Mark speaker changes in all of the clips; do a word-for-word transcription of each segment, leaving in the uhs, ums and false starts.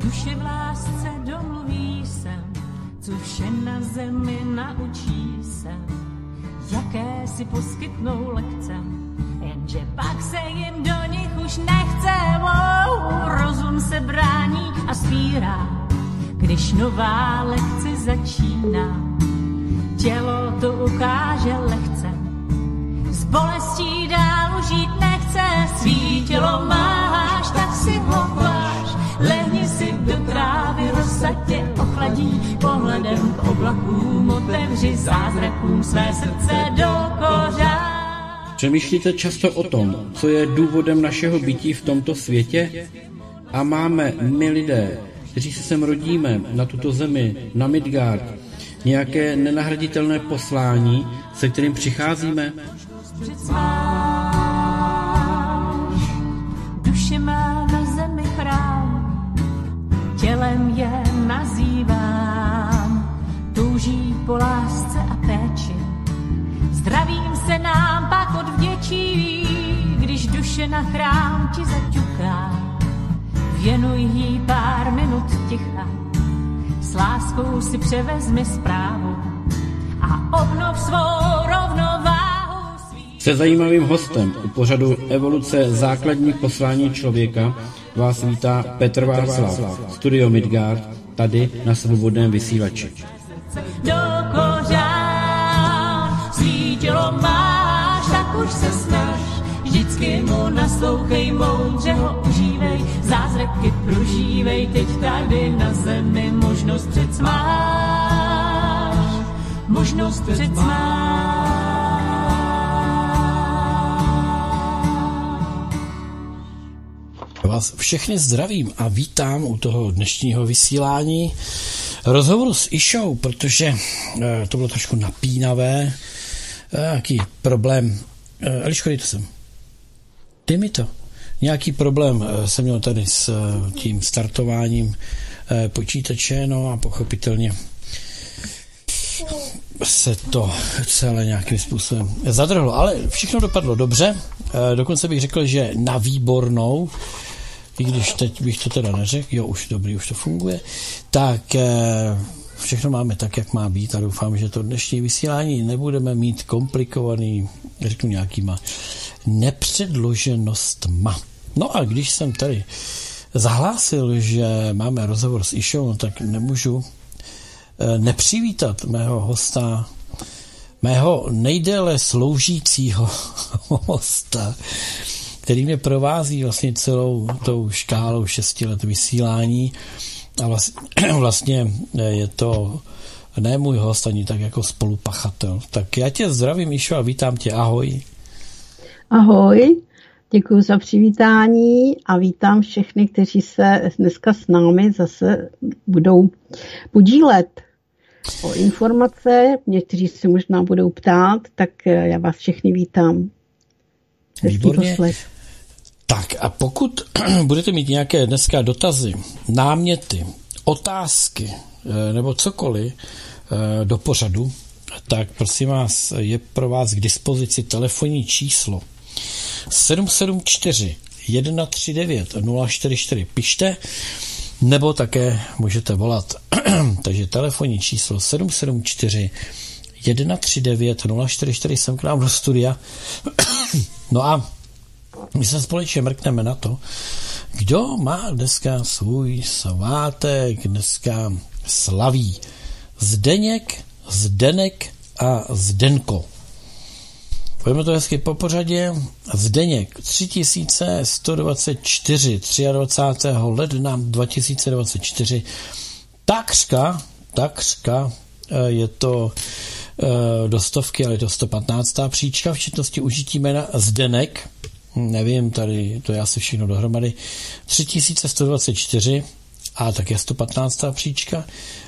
Speaker 1: Duše v lásce domluví se, co vše na zemi naučí se, jaké si poskytnou lekce, jenže pak se jim do nich už nechce. Wow, rozum se brání a spírá, když nová lekce začíná. Tělo to ukáže lehce, s bolestí dál žít nechce. Svý tělo máš, tak si ho váž, lehni si do trávy, rosa tě ochladí. Pohledem k oblakům otevři zázrakům své srdce do kořán.
Speaker 2: Přemýšlíte často o tom, co je důvodem našeho bytí v tomto světě? A máme my lidé, kteří se sem rodíme, na tuto zemi, na Midgard, nějaké nenahraditelné poslání, se kterým přicházíme?
Speaker 1: Duše má na zemi chrám, tělem je nazývám, touží po lásce a péči, zdravím se nám pak odvděčí, když duše na chrám ti zaťuká. Věnuj jí pár minut ticha, s láskou si převezmi zprávu a obnov svou rovnováhu.
Speaker 2: Se zajímavým hostem u pořadu Evoluce základní poslání člověka vás vítá Petr Václav, Studio Midgard, tady na Svobodném vysílači.
Speaker 1: Do kořán, svý tělo máš, tak už se snaž, vždycky mu naslouchej, moudře ho užívej, zázraky prožívej, teď tady na zemi možnost přec máš, možnost přec máš.
Speaker 3: Vás všechny zdravím a vítám u toho dnešního vysílání rozhovoru s Išou, protože to bylo trošku napínavé. Jaký problém? Eliško, dejte sem. Dej mi to. Nějaký problém jsem měl tady s tím startováním počítače, no a pochopitelně se to celé nějakým způsobem zadrhlo, ale všechno dopadlo dobře, dokonce bych řekl, že na výbornou, i když teď bych to teda neřekl, jo, už dobrý, už to funguje, tak všechno máme tak, jak má být a doufám, že to dnešní vysílání nebudeme mít komplikovaný, řeknu nějakýma nepředloženostma. No a když jsem tady zahlásil, že máme rozhovor s Išou, no tak nemůžu nepřivítat mého hosta, mého nejdéle sloužícího hosta, který mě provází vlastně celou tou škálou šesti let vysílání a vlastně je to ne můj host, ani tak jako spolupachatel. Tak já tě zdravím, Išo, a vítám tě. Ahoj.
Speaker 4: Ahoj, děkuji za přivítání a vítám všechny, kteří se dneska s námi zase budou podílet o informace. Někteří se možná budou ptát, tak já vás všechny vítám.
Speaker 3: Výborně. Tak a pokud budete mít nějaké dneska dotazy, náměty, otázky nebo cokoliv do pořadu, tak prosím vás, je pro vás k dispozici telefonní číslo sedm sedm čtyři jedna tři devět nula čtyři čtyři. Pište, nebo také můžete volat. Takže telefonní číslo sedm sedm čtyři jedna tři devět nula čtyři čtyři, sem k nám do studia. No a my se společně mrkneme na to, kdo má dneska svůj svátek, dneska slaví Zdeněk, Zdenek a Zdenko. Pojďme to hezky po pořadě. Zdeněk tři tisíce sto dvacet čtyři, dvacátého třetího ledna dva tisíce dvacet čtyři. Takřka, takřka je to do stovky, ale je to sto patnáctá příčka v četnosti užití jména Zdenek. Nevím, tady to je asi všechno dohromady. tři tisíce sto dvacet čtyři a také sto patnáctá příčka.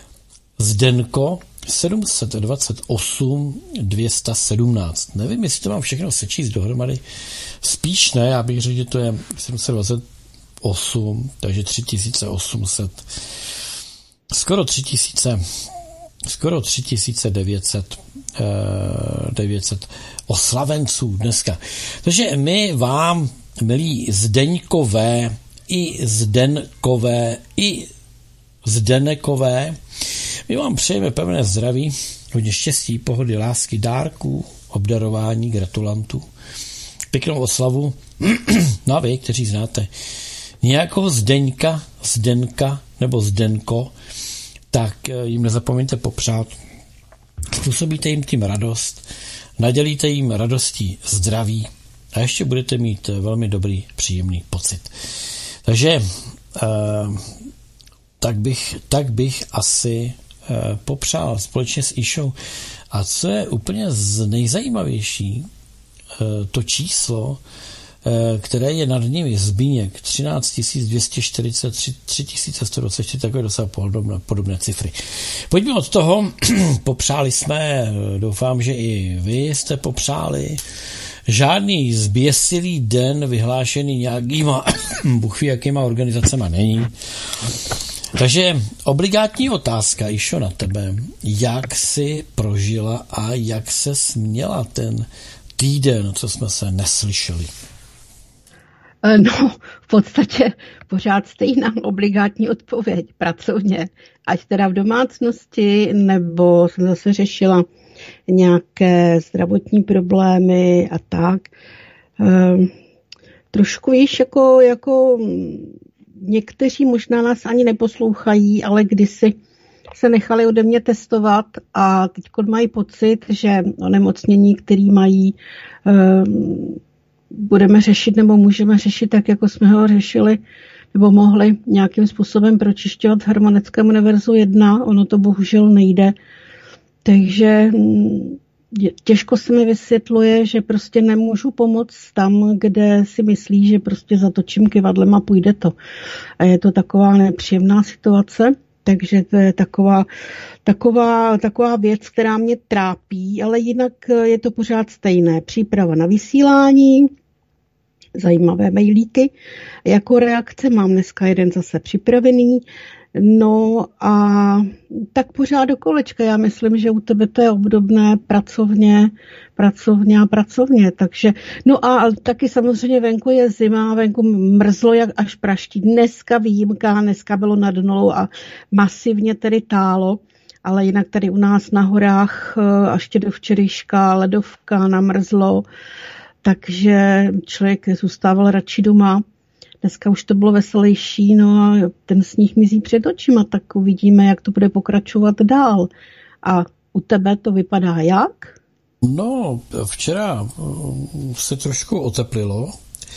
Speaker 3: Zdenko sedm set dvacet osm dvě stě sedmnáct. Nevím, jestli to mám všechno sečíst dohromady. Spíš ne, já bych řekl, že to je sedm set dvacet osm, takže tři tisíce osm set. Skoro tři tisíce, skoro tři tisíce devět set, devět set oslavenců dneska. Takže my vám, milí Zdeňkové, i Zdenkové, i Zdenekové. My vám přejeme pevné zdraví, hodně štěstí, pohody, lásky, dárků, obdarování, gratulantů, pěknou oslavu. No a vy, kteří znáte nějakého Zdeňka, Zdenka nebo Zdenko, tak jim nezapomeňte popřát. Způsobíte jim tím radost, nadělíte jim radostí zdraví a ještě budete mít velmi dobrý, příjemný pocit. Takže eh, tak, bych, tak bych asi eh, popřál společně s Išou. A co je úplně z nejzajímavější, eh, to číslo, které je nad nimi Zbíněk třináct tisíc dvě stě čtyřicet tři, tři tisíce sto dvacet čtyři, takové docela podobné, podobné cifry. Pojďme od toho, popřáli jsme, doufám, že i vy jste popřáli, žádný zběsilý den vyhlášený nějakýma, Bůh ví, jakýma organizacema není. Takže obligátní otázka, Išo, na tebe. Jak jsi prožila a jak se směla ten týden, co jsme se neslyšeli?
Speaker 4: No, v podstatě pořád stejná obligátní odpověď, pracovně. Ať teda v domácnosti, nebo jsem zase řešila nějaké zdravotní problémy a tak. Ehm, trošku víš, jako, jako někteří možná nás ani neposlouchají, ale kdysi se nechali ode mě testovat a teď mají pocit, že onemocnění, který mají, ehm, budeme řešit nebo můžeme řešit tak, jako jsme ho řešili nebo mohli nějakým způsobem pročišťovat v Harmonickém univerzu jedna. Ono to bohužel nejde. Takže těžko se mi vysvětluje, že prostě nemůžu pomoct tam, kde si myslí, že prostě zatočím kyvadlem a půjde to. A je to taková nepříjemná situace. Takže to je taková, taková, taková věc, která mě trápí, ale jinak je to pořád stejné. Příprava na vysílání, zajímavé mailíky. Jako reakce mám dneska jeden zase připravený. No a tak pořád do kolečka. Já myslím, že u tebe to je obdobné pracovně, pracovně a pracovně. Takže, no a taky samozřejmě venku je zima, venku mrzlo jak až praští. Dneska výjimka, dneska bylo nad nulou a masivně tedy tálo. Ale jinak tady u nás na horách až do včerejška ledovka, namrzlo. Takže člověk zůstával radši doma. Dneska už to bylo veselější, no a ten sníh mizí před očima, tak uvidíme, jak to bude pokračovat dál. A u tebe to vypadá jak?
Speaker 3: No, včera se trošku oteplilo,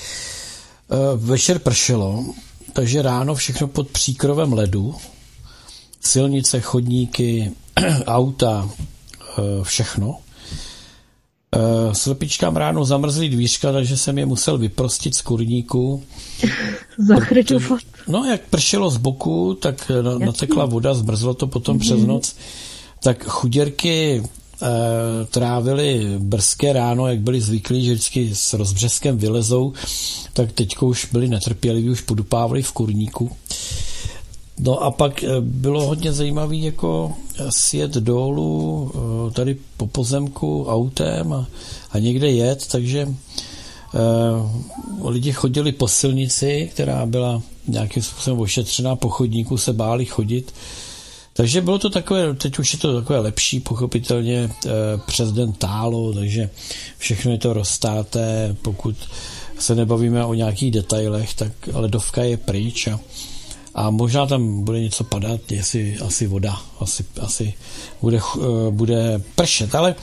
Speaker 3: večer pršelo, takže ráno všechno pod příkrovem ledu, silnice, chodníky, auta, všechno. Slepičkám ráno zamrzlý dvířka, takže jsem je musel vyprostit z kurníku.
Speaker 4: Zachrčovat.
Speaker 3: No, jak pršelo z boku, tak natekla voda, zmrzlo to potom mm-hmm. přes noc. Tak chuděrky e, trávily brzké ráno, jak byli zvyklí, že vždycky s rozbřeskem vylezou, tak teďko už byli netrpěliví, už podupávali v kurníku. No a pak bylo hodně zajímavý jako sjet dolů tady po pozemku autem a, a někde jet, takže eh, lidi chodili po silnici, která byla nějakým způsobem ošetřená, po chodníku se báli chodit. Takže bylo to takové, teď už je to takové lepší, pochopitelně eh, přes den tálo, takže všechno je to roztáté, pokud se nebavíme o nějakých detailech, tak ledovka je pryč a A možná tam bude něco padat, jestli asi voda, asi, asi bude, bude pršet, ale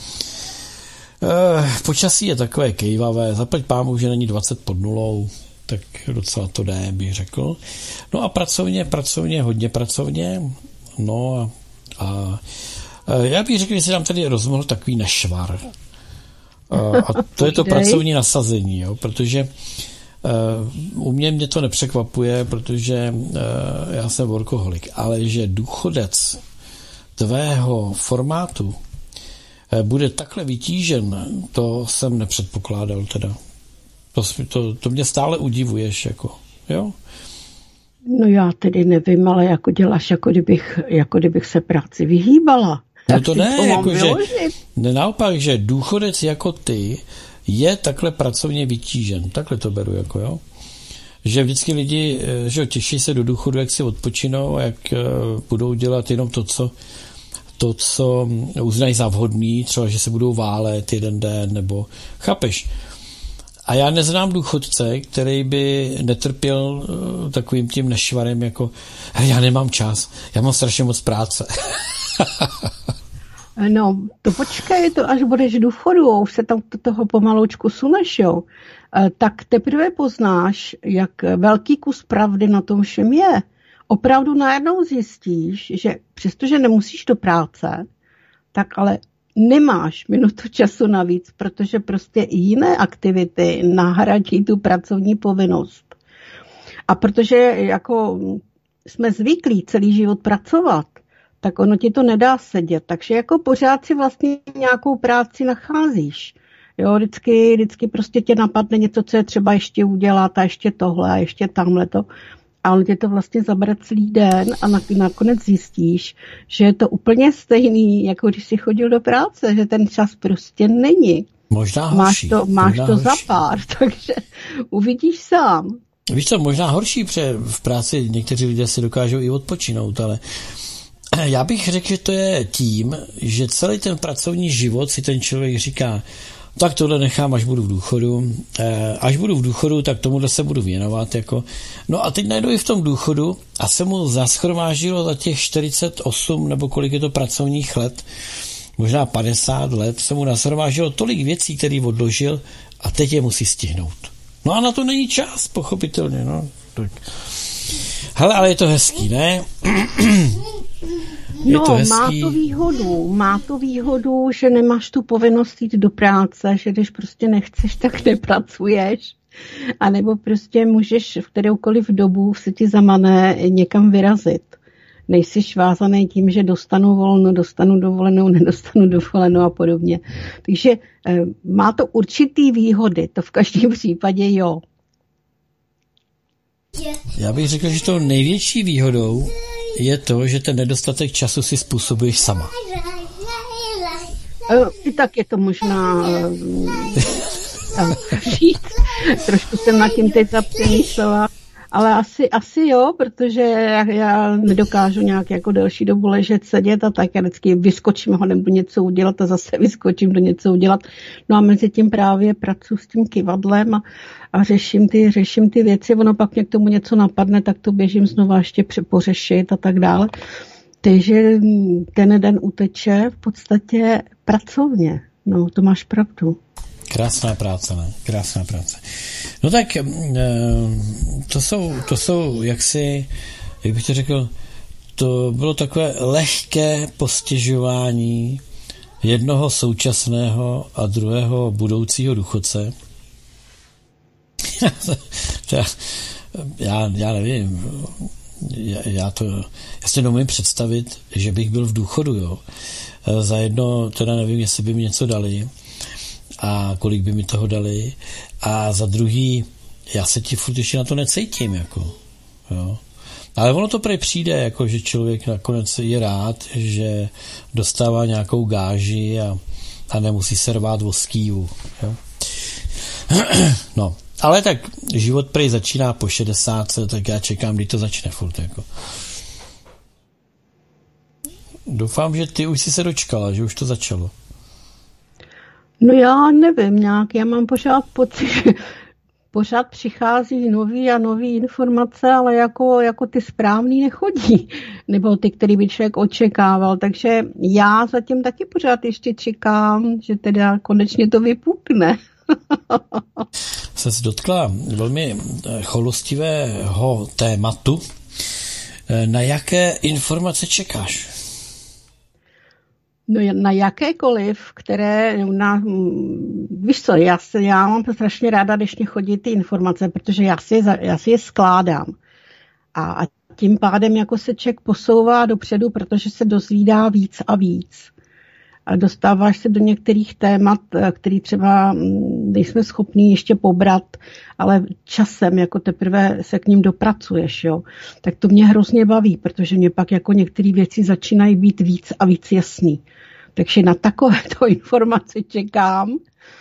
Speaker 3: uh, počasí je takové kejvavé, zaplať pámu, že není dvacet pod nulou, tak docela to jde, bych řekl. No a pracovně, pracovně, hodně pracovně, no a, a, a já bych řekl, že se nám tady rozmohl takový nešvar. Uh, a to je to pracovní nasazení, jo, protože Uh, u mě mě to nepřekvapuje, protože uh, já jsem workoholik, ale že důchodec tvého formátu uh, bude takhle vytížen, to jsem nepředpokládal teda. To, to, to mě stále udivuješ, jako, jo?
Speaker 4: No já tedy nevím, ale jako děláš, jako kdybych, jako kdybych se práci vyhýbala.
Speaker 3: No to ne, to jako že, ne, naopak, že důchodec jako ty je takhle pracovně vytížen. Takhle to beru, jako jo. že vždycky lidi, že těší se do důchodu, jak si odpočinou a jak budou dělat jenom to, co to, co uznají za vhodný, třeba, že se budou válet jeden den, nebo chápeš. A já neznám důchodce, který by netrpěl takovým tím nešvarem, jako já nemám čas, já mám strašně moc práce.
Speaker 4: No, to počkej, to až budeš v důchodu, už se tam do toho pomaloučku suneš, jo. Tak teprve poznáš, jak velký kus pravdy na tom všem je. Opravdu najednou zjistíš, že přestože nemusíš do práce, tak ale nemáš minutu času navíc, protože prostě jiné aktivity nahradí tu pracovní povinnost. A protože jako jsme zvyklí celý život pracovat, tak ono ti to nedá sedět. Takže jako pořád si vlastně nějakou práci nacházíš. Jo, vždycky, vždycky prostě tě napadne něco, co je třeba ještě udělat a ještě tohle a ještě tamhleto. A on tě to vlastně zabere celý den a nakonec zjistíš, že je to úplně stejný, jako když jsi chodil do práce, že ten čas prostě není.
Speaker 3: Možná horší.
Speaker 4: Máš to, máš
Speaker 3: možná
Speaker 4: to
Speaker 3: horší.
Speaker 4: za pár, takže uvidíš sám.
Speaker 3: Víš co, možná horší, protože v práci někteří lidé si dokážou i odpočinout, ale já bych řekl, že to je tím, že celý ten pracovní život si ten člověk říká, tak tohle nechám, až budu v důchodu. Až budu v důchodu, tak tomuhle se budu věnovat. Jako. No a teď najdu i v tom důchodu a se mu zaschromáždilo za těch čtyřicet osm nebo kolik je to pracovních let, možná padesát let, se mu nashromáždilo tolik věcí, které odložil a teď je musí stihnout. No a na to není čas, pochopitelně. No. Tak. Hele, ale je to hezký, ne?
Speaker 4: No, to má to výhodu. Má to výhodu, že nemáš tu povinnost jít do práce, že když prostě nechceš, tak nepracuješ. A nebo prostě můžeš v kteroukoliv dobu se ti zamane někam vyrazit. Nejsi vázaný tím, že dostanu volno, dostanu dovolenou, nedostanu dovolenou a podobně. Takže eh, má to určitý výhody, to v každém případě jo.
Speaker 3: Já bych řekl, že tou největší výhodou je to, že ten nedostatek času si způsobuješ sama.
Speaker 4: I tak je to možná říct. Trošku jsem nad tím teď zapřemýšlela, ale asi, asi jo, protože já, já nedokážu nějak jako delší dobu ležet, sedět a tak já vždycky vyskočím, hodem do něco udělat a zase vyskočím do něco udělat. No a mezi tím právě pracuji s tím kyvadlem a, a řeším, ty, řeším ty věci, ono pak mě k tomu něco napadne, tak to běžím znova ještě pořešit a tak dále. Takže ten den uteče v podstatě pracovně. No, to máš pravdu.
Speaker 3: Krásná práce, ne? Krásná práce. No tak to jsou, to jsou jaksi, jak bych to řekl, to bylo takové lehké postěžování jednoho současného a druhého budoucího důchodce. já, já nevím, já, já to, já si neumím představit, že bych byl v důchodu, jo. Za jedno, teda nevím, jestli by mi něco dali, a kolik by mi toho dali. A za druhý, já se ti furt ještě na to necítím, jako, jo. Ale ono to prej přijde, jako, že člověk nakonec je rád, že dostává nějakou gáži a, a nemusí se rvát o skývu, jo. No, ale tak život prej začíná po šedesátce, tak já čekám, kdy to začne furt, jako. Doufám, že ty už jsi se dočkala, že už to začalo.
Speaker 4: No já nevím, nějak, já mám pořád pocit, že pořád přichází nový a nový informace, ale jako, jako ty správný nechodí, nebo ty, který by člověk očekával, takže já zatím taky pořád ještě čekám, že teda konečně to vypukne.
Speaker 3: Se dotkla velmi choulostivého tématu. Na jaké informace čekáš?
Speaker 4: No na jakékoliv, které, na, víš co, já, se, já mám to strašně ráda, když mě chodí ty informace, protože já si, já si je skládám. A, a tím pádem jako se člověk posouvá dopředu, protože se dozvídá víc a víc. A dostáváš se do některých témat, který třeba nejsme schopní ještě pobrat, ale časem jako teprve se k ním dopracuješ, jo. Tak to mě hrozně baví, protože mě pak jako některé věci začínají být víc a víc jasný. Takže na takovéto informace čekám.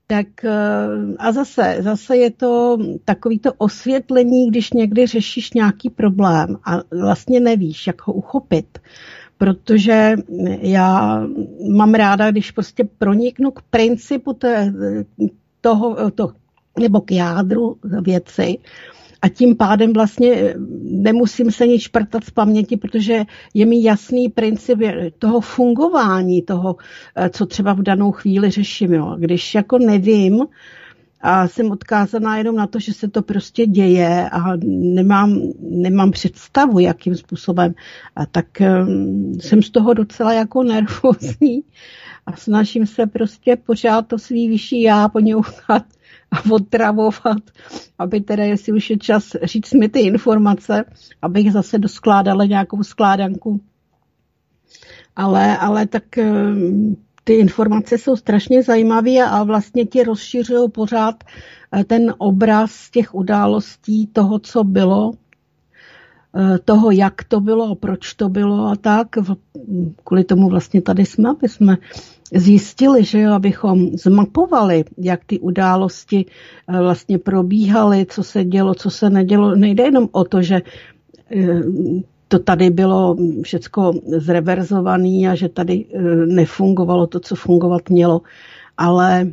Speaker 4: Tak a zase, zase je to takový to osvětlení, když někdy řešíš nějaký problém a vlastně nevíš, jak ho uchopit. Protože já mám ráda, když prostě proniknu k principu té, toho, to, nebo k jádru věci, a tím pádem vlastně nemusím se nic šprtat z paměti, protože je mi jasný princip toho fungování, toho, co třeba v danou chvíli řeším. Jo. Když jako nevím a jsem odkázaná jenom na to, že se to prostě děje a nemám, nemám představu, jakým způsobem, a tak um, jsem z toho docela jako nervózní a snažím se prostě pořád to svý vyšší já poňouchat a otravovat, aby teda, jestli už je čas říct mi ty informace, abych zase doskládala nějakou skládanku. Ale, ale tak ty informace jsou strašně zajímavé a vlastně ti rozšiřují pořád ten obraz těch událostí, toho, co bylo, toho, jak to bylo, proč to bylo a tak. Kvůli tomu vlastně tady jsme, aby jsme zjistili, že jo, abychom zmapovali, jak ty události vlastně probíhaly, co se dělo, co se nedělo. Nejde jenom o to, že to tady bylo všecko zreverzované a že tady nefungovalo to, co fungovat mělo, ale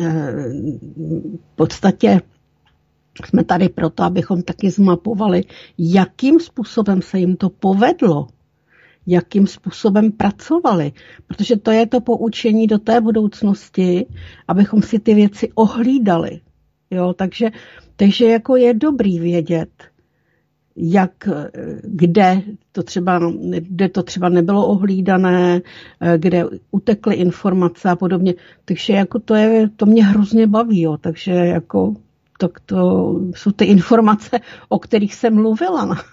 Speaker 4: v podstatě jsme tady proto, abychom taky zmapovali, jakým způsobem se jim to povedlo, jakým způsobem pracovali, protože to je to poučení do té budoucnosti, abychom si ty věci ohlídali. Jo, takže, takže jako je dobrý vědět, jak, kde to třeba, kde to třeba nebylo ohlídané, kde utekly informace a podobně. Takže jako to, je, to mě hrozně baví, jo. Takže jako to, to jsou ty informace, o kterých jsem mluvila.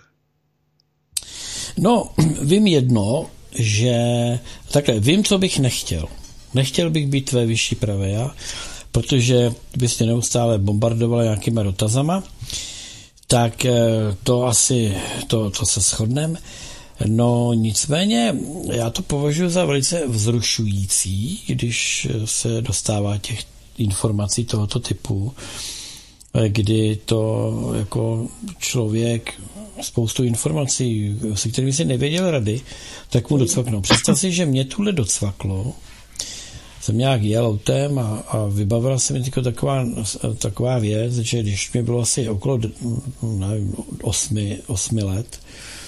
Speaker 3: No, vím jedno, že takhle, vím, co bych nechtěl. Nechtěl bych být tvé vyšší pravé já, protože bys mě neustále bombardoval nějakýma dotazama, tak to asi, to, to se shodneme. No nicméně, já to považuji za velice vzrušující, když se dostává těch informací tohoto typu, kdy to jako člověk spoustu informací, se kterými si nevěděl rady, tak mu docvaknou. Představ si, že mě tuhle docvaklo, jsem nějak jel autem a, a vybavila se mi taková, taková věc, že když mě bylo asi okolo nevím, osmi, osmi let,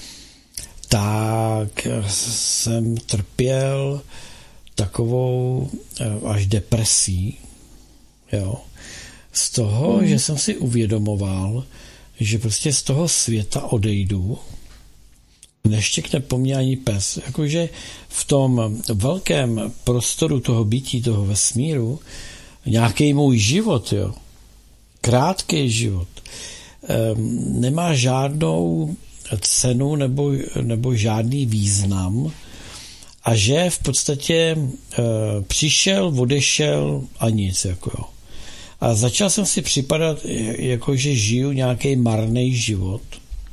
Speaker 3: tak jsem trpěl takovou až depresí, jo, z toho, mm. že jsem si uvědomoval, že prostě z toho světa odejdu, neštěkne po mně ani pes. Jakože v tom velkém prostoru toho bytí, toho vesmíru, nějaký můj život, jo, krátký život, nemá žádnou cenu nebo, nebo žádný význam a že v podstatě přišel, odešel a nic, jako jo. A začal jsem si připadat, jako že žiju nějaký marný život.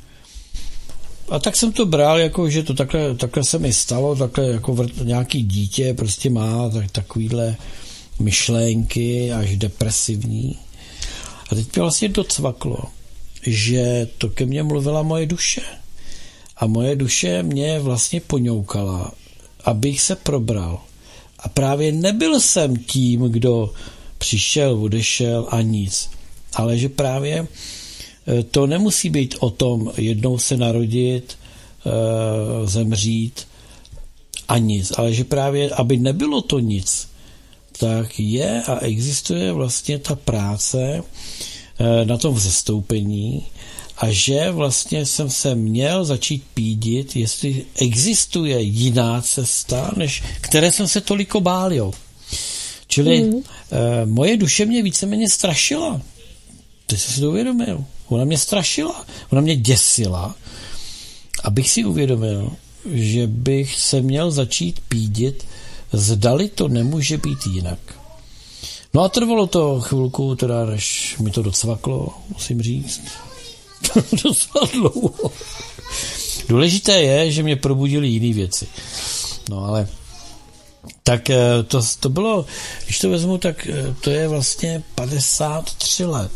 Speaker 3: A tak jsem to bral, jako že to takhle, takhle se mi stalo, takhle jako vrt, nějaký dítě prostě má tak, takovýhle myšlenky až depresivní. A teď mě vlastně docvaklo, že to ke mně mluvila moje duše. A moje duše mě vlastně poňoukala, abych se probral. A právě nebyl jsem tím, kdo přišel, odešel a nic. Ale že právě to nemusí být o tom jednou se narodit, zemřít a nic. Ale že právě, aby nebylo to nic, tak je a existuje vlastně ta práce na tom vzestoupení a že vlastně jsem se měl začít pídit, jestli existuje jiná cesta, než které jsem se toliko bál, jo. Čili mm. eh, moje duše mě víceméně strašila. Ty jsi si to uvědomil. Ona mě strašila. Ona mě děsila. Abych si uvědomil, že bych se měl začít pídit, zdali to nemůže být jinak. No a trvalo to chvilku, teda než mi to docvaklo, musím říct. Docela dlouho. Důležité je, že mě probudily jiné věci. No ale tak to, to bylo, když to vezmu, tak to je vlastně padesát tři let.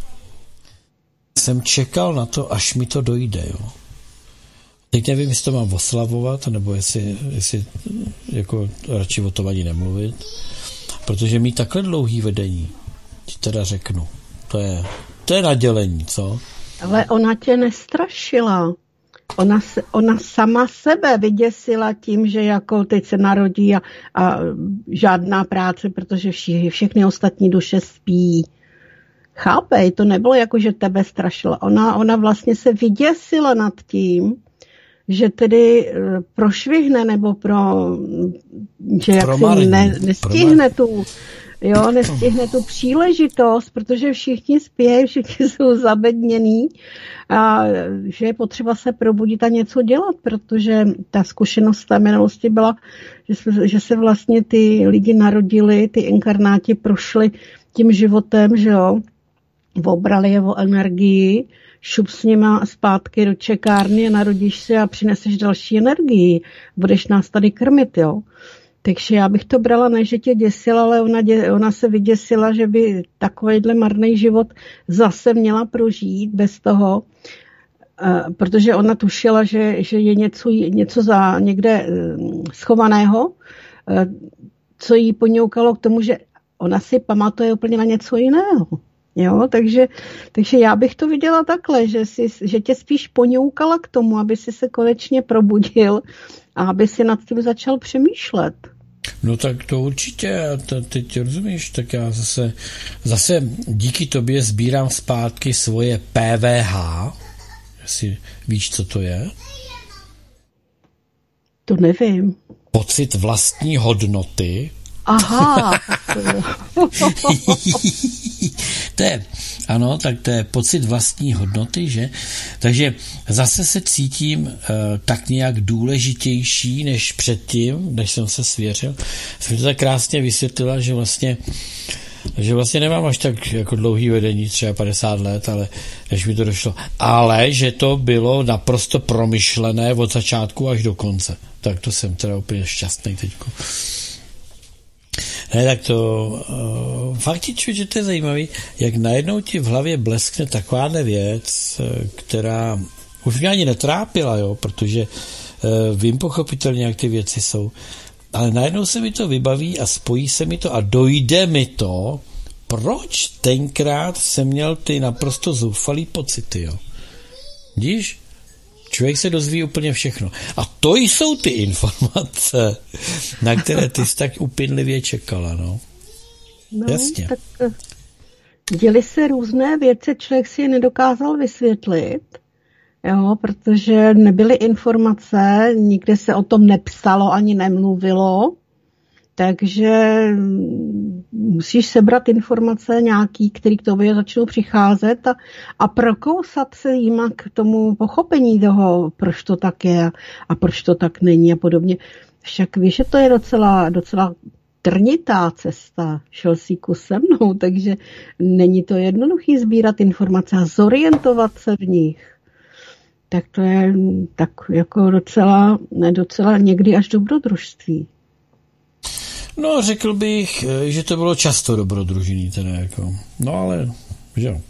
Speaker 3: Jsem čekal na to, až mi to dojde, jo. Teď nevím, jestli to mám oslavovat, nebo jestli, jestli jako radši o tom ani nemluvit, protože mít takhle dlouhý vedení, ti teda řeknu, to je, to je nadělení, co?
Speaker 4: Ale ona tě nestrašila. Ona, se, ona sama sebe vyděsila tím, že jako teď se narodí a, a žádná práce, protože vši, všechny ostatní duše spí. Chápej, to nebylo jako, že tebe strašila. Ona, ona vlastně se vyděsila nad tím, že tedy prošvihne nebo pro, že jak si ne, nestihne tu, jo, nestihne tu příležitost, protože všichni spějí, všichni jsou zabednění a že je potřeba se probudit a něco dělat, protože ta zkušenost té minulosti byla, že se, že se vlastně ty lidi narodili, ty inkarnáti prošli tím životem, že jo, obrali je o energii, šup s nima zpátky do čekárny a narodíš se a přineseš další energii. Budeš nás tady krmit, jo. Takže já bych to brala, ne, že tě děsila, ale ona, dě, ona se vyděsila, že by takovýhle marný život zase měla prožít bez toho, uh, protože ona tušila, že, že je něco, něco za někde uh, schovaného, uh, co jí poňoukalo k tomu, že ona si pamatuje úplně na něco jiného. Jo, takže, takže já bych to viděla takhle, že, si, že tě spíš poňoukala k tomu, aby si se konečně probudil a aby si nad tím začal přemýšlet.
Speaker 3: No tak to určitě, to, teď rozumíš, tak já zase, zase díky tobě sbírám zpátky svoje P V H, jestli víš, co to je?
Speaker 4: To nevím.
Speaker 3: Pocit vlastní hodnoty.
Speaker 4: Aha.
Speaker 3: To je, ano, tak to je pocit vlastní hodnoty, že? Takže zase se cítím uh, tak nějak důležitější než předtím, než jsem se svěřil. Jsem to tak krásně vysvětlila, že vlastně že vlastně nemám až tak jako dlouhý vedení, třeba padesát let, ale než mi to došlo. Ale že to bylo naprosto promyšlené od začátku až do konce. Tak to jsem teda úplně šťastný teďko. Ne, tak to uh, fakt ti čuji, že to je zajímavý, jak najednou ti v hlavě bleskne takováhle věc, která už mě ani netrápila, jo, protože uh, vím pochopitelně, jak ty věci jsou, ale najednou se mi to vybaví a spojí se mi to a dojde mi to, proč tenkrát jsem měl ty naprosto zoufalý pocity, jo. Vidíš? Člověk se dozví úplně všechno. A to jsou ty informace, na které ty jsi tak upinlivě čekala, no.
Speaker 4: No,
Speaker 3: jasně.
Speaker 4: Tak děly se různé věci, člověk si je nedokázal vysvětlit, jo, protože nebyly informace, nikde se o tom nepsalo ani nemluvilo, takže musíš sebrat informace nějaký, který k tobě začnou přicházet a, a prokousat se jima k tomu pochopení toho, proč to tak je a proč to tak není a podobně. Však víš, že to je docela, docela trnitá cesta, šel jsi kus se mnou, takže není to jednoduchý sbírat informace a zorientovat se v nich. Tak to je tak jako docela, docela někdy až dobrodružství.
Speaker 3: No, řekl bych, že to bylo často dobrodružný, teda jako. No, ale, že jo.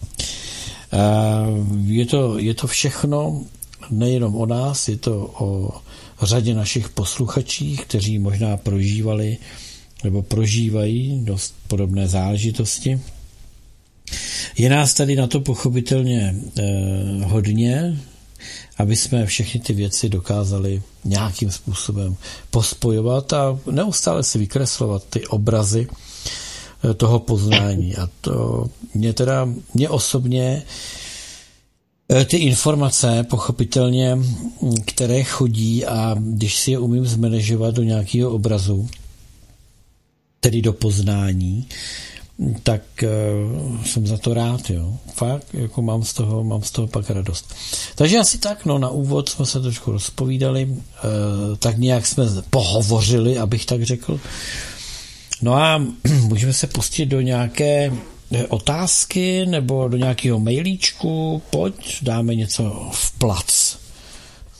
Speaker 3: Je to, je to všechno nejenom o nás, je to o řadě našich posluchačích, kteří možná prožívali nebo prožívají dost podobné záležitosti. Je nás tady na to pochopitelně eh, hodně, aby jsme všechny ty věci dokázali nějakým způsobem pospojovat a neustále si vykreslovat ty obrazy toho poznání. A to mě teda, mě osobně ty informace pochopitelně, které chodí a když si je umím zmanéžovat do nějakého obrazu, tedy do poznání, tak uh, jsem za to rád, jo. Fakt, jako mám z toho, mám z toho pak radost. Takže asi tak, no, na úvod jsme se trošku rozpovídali, uh, tak nějak jsme pohovořili, abych tak řekl. No a můžeme se pustit do nějaké otázky nebo do nějakého mailíčku, pojď, dáme něco v plac.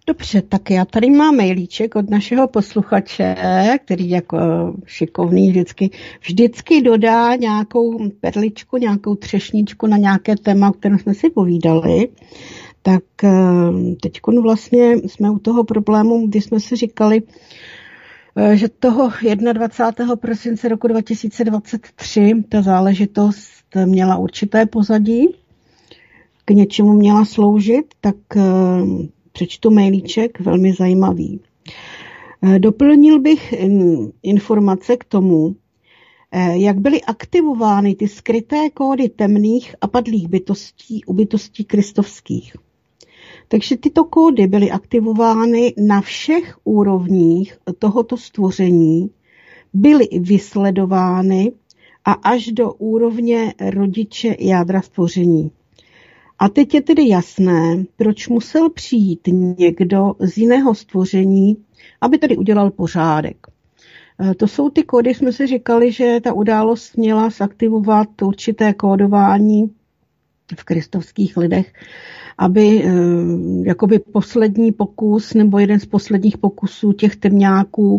Speaker 4: Dobře, tak já tady mám mailíček od našeho posluchače, který jako šikovný vždycky, vždycky dodá nějakou perličku, nějakou třešničku na nějaké téma, o kterém jsme si povídali. Tak teď vlastně jsme u toho problému, kdy jsme si říkali, že toho dvacátého prvního prosince roku dva tisíce dvacet tři ta záležitost měla určité pozadí, k něčemu měla sloužit, tak přečtu mailíček, velmi zajímavý. Doplnil bych informace k tomu, jak byly aktivovány ty skryté kódy temných a padlých bytostí u bytostí kristovských. Takže tyto kódy byly aktivovány na všech úrovních tohoto stvoření, byly vysledovány a až do úrovně rodiče jádra stvoření. A teď je tedy jasné, proč musel přijít někdo z jiného stvoření, aby tady udělal pořádek. To jsou ty kódy, jsme si říkali, že ta událost měla zaktivovat určité kódování v kristovských lidech, aby jakoby poslední pokus nebo jeden z posledních pokusů těch temňáků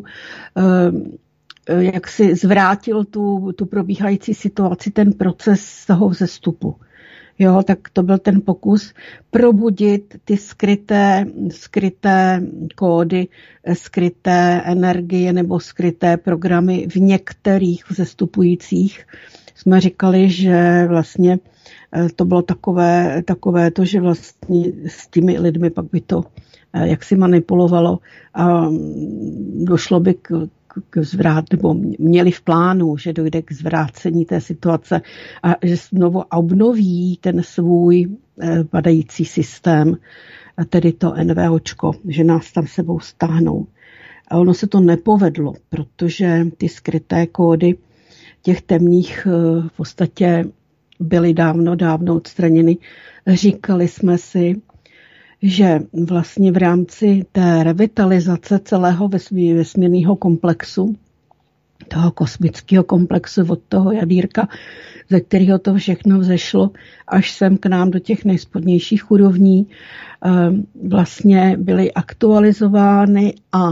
Speaker 4: jak si zvrátil tu, tu probíhající situaci, ten proces toho vzestupu. Jo, tak to byl ten pokus probudit ty skryté, skryté kódy, skryté energie nebo skryté programy v některých vzestupujících. Jsme říkali, že vlastně to bylo takové, takové to, že vlastně s těmi lidmi pak by to jaksi manipulovalo a došlo by k k zvrát, nebo měli v plánu, že dojde k zvrácení té situace a že znovu obnoví ten svůj padající systém, tedy to NVOčko, že nás tam sebou stáhnou. A ono se to nepovedlo, protože ty skryté kódy těch temných v podstatě byly dávno, dávno odstraněny. Říkali jsme si, že vlastně v rámci té revitalizace celého vesmírného komplexu, toho kosmického komplexu od toho jadýrka, ze kterého to všechno vzešlo, až sem k nám do těch nejspodnějších úrovní, vlastně byly aktualizovány a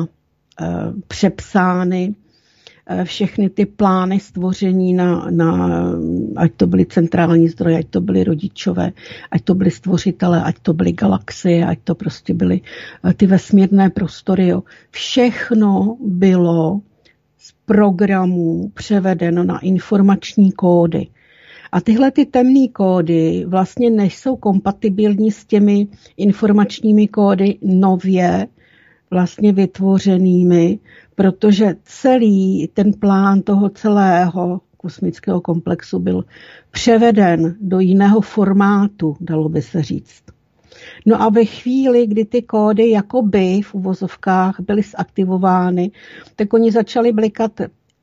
Speaker 4: přepsány všechny ty plány stvoření na, na, ať to byly centrální zdroje, ať to byly rodičové, ať to byly stvořitelé, ať to byly galaxie, ať to prostě byly ty vesmírné prostory. Jo. Všechno bylo z programů převedeno na informační kódy. A tyhle ty temné kódy vlastně nejsou kompatibilní s těmi informačními kódy nově vlastně vytvořenými, protože celý ten plán toho celého kosmického komplexu byl převeden do jiného formátu, dalo by se říct. No a ve chvíli, kdy ty kódy jakoby v uvozovkách byly zaktivovány, tak oni začali blikat,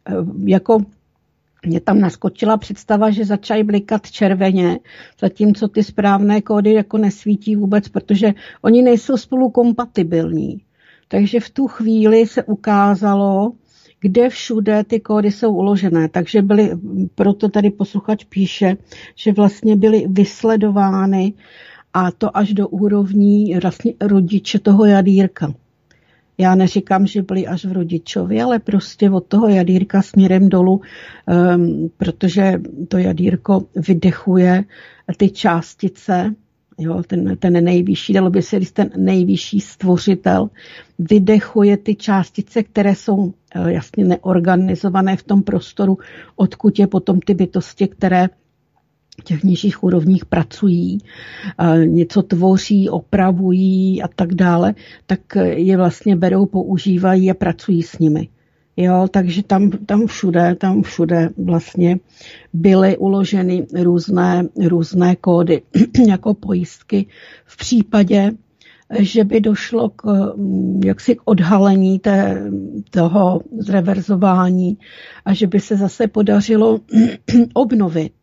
Speaker 4: jako mě tam naskočila představa, že začaly blikat červeně, zatímco ty správné kódy jako nesvítí vůbec, protože oni nejsou spolu kompatibilní. Takže v tu chvíli se ukázalo, kde všude ty kódy jsou uložené. Takže byly, proto tady posluchač píše, že vlastně byly vysledovány a to až do úrovní vlastně rodiče toho jadýrka. Já neříkám, že byli až v rodičově, ale prostě od toho jadýrka směrem dolů, um, protože to jadýrko vydechuje ty částice, jo, ten, ten nejvyšší, dalo by se říct, ten nejvyšší stvořitel vydechuje ty částice, které jsou jasně neorganizované v tom prostoru, odkud je potom ty bytosti, které v těch nižších úrovních pracují, něco tvoří, opravují a tak dále, tak je vlastně berou, používají a pracují s nimi. Jo, takže tam, tam všude, tam všude vlastně byly uloženy různé, různé kódy jako pojistky v případě, že by došlo k jaksi k odhalení té, toho zreverzování a že by se zase podařilo obnovit